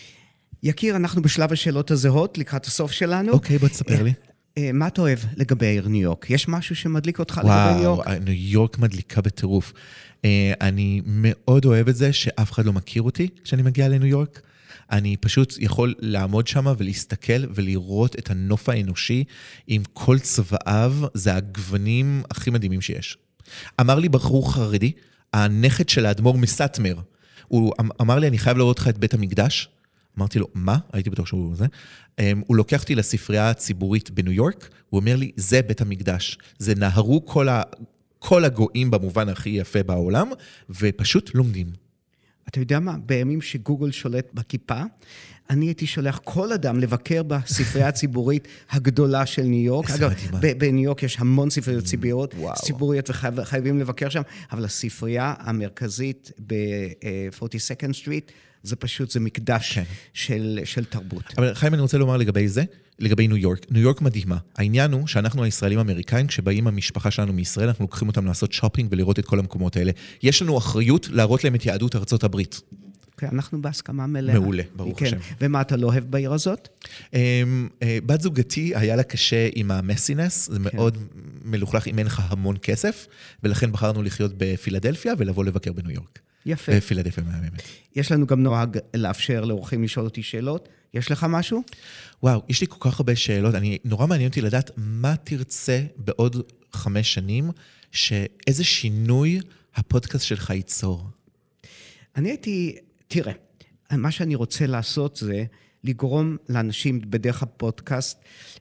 יקיר, אנחנו בשלב השאלות הזהות, לקראת הסוף שלנו. אוקיי, בוא תספר לי. אה, מה אתה אוהב לגבי העיר ניו יורק? יש משהו שמדליק אותך לגבי ניו יורק? וואו, ניו יורק מדליקה בטירוף. אה, אני מאוד אוהב את זה שאף אחד לא מכיר אותי כשאני מגיע לניו יורק. אני פשוט יכול לעמוד שם ולהסתכל ולראות את הנוף האנושי עם כל צבעיו, זה הגוונים הכי מדהימים שיש. אמר לי בחור חרדי, הנכד של האדמו"ר מסטמר, הוא אמר לי, אני חייב לראות לך את בית המקדש. אמרתי לו, מה? הייתי בטוח שהוא זה. הוא לוקח אותי לספרייה הציבורית בניו יורק, הוא אומר לי, זה בית המקדש. זה נהרו כל, ה... כל הגויים במובן הכי יפה בעולם, ופשוט לומדים. אתה יודע מה? בימים שגוגל שולט בכיפה, אני הייתי שולח כל אדם לבקר בספרייה הציבורית הגדולה של ניו יורק. איזה אגב, מדהימה. ב- בניו יורק יש המון ספריות ציבוריות, וואו. ציבוריות וחייבים לבקר שם, אבל הספרייה המרכזית ב-פורטי-סקנד סטריט, זה פשוט, זה מקדש כן. של, של תרבות. אבל חיים, אני רוצה לומר לגבי זה, לגבי ניו יורק. ניו יורק מדהימה. העניין הוא שאנחנו הישראלים האמריקאים, כשבאים המשפחה שלנו מישראל, אנחנו לוקחים אותם לעשות שופינג ולראות את כל המקומות האלה. יש לנו אחריות להראות להם את יהדות ארצות הברית. כן, אנחנו בהסכמה מלאה. מעולה, ברוך כן. השם. ומה אתה לא אוהב בעיר הזאת? אמ, אה, בת זוגתי היה לה קשה עם המסינס, זה מאוד מלוכלך אם אין לך המון כסף, ולכן בחרנו לחיות בפילדלפיה ולבוא לבקר בניו יורק. יפה. בפילדלפיה מהממת. יש לנו גם נוהג לאפשר לאורחים לשאול אותי שאלות. יש לך משהו? וואו, יש לי כל כך הרבה שאלות, אני, נורא מעניין אותי לדעת מה תרצה בעוד חמש שנים, שאיזה שינוי הפודקאסט שלך ייצור. אני הייתי, תראה, מה שאני רוצה לעשות זה לגרום לאנשים בדרך הפודקאסט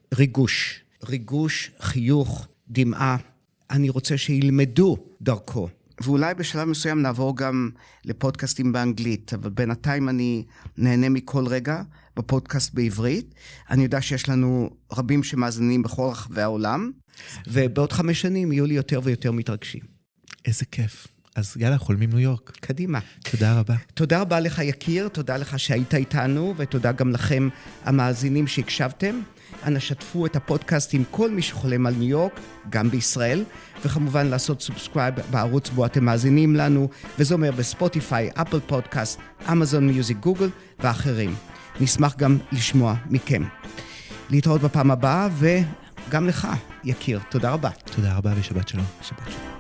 ריגוש, ריגוש, חיוך, דמעה. אני רוצה שילמדו דרכו. ואולי בשלב מסוים נעבור גם לפודקאסטים באנגלית, אבל בינתיים אני נהנה מכל רגע בפודקאסט בעברית. אני יודע שיש לנו רבים שמאזינים בכל רחבי העולם, ובעוד חמש שנים יהיו לי יותר ויותר מתרגשים. איזה כיף. אז יאללה, חולמים ניו יורק. קדימה. תודה רבה. תודה רבה לך יקיר, תודה לך שהיית איתנו, ותודה גם לכם המאזינים שהקשבתם. אנא שתפו את הפודקאסט עם כל מי שחולם על ניו יורק, גם בישראל, וכמובן לעשות סובסקרייב בערוץ בו אתם מאזינים לנו, וזה אומר בספוטיפיי, אפל פודקאסט, אמזון מיוזיק, גוגל ואחרים. נשמח גם לשמוע מכם. להתראות בפעם הבאה, וגם לך, יקיר. תודה רבה. תודה רבה ושבת שלום. שבת שלום.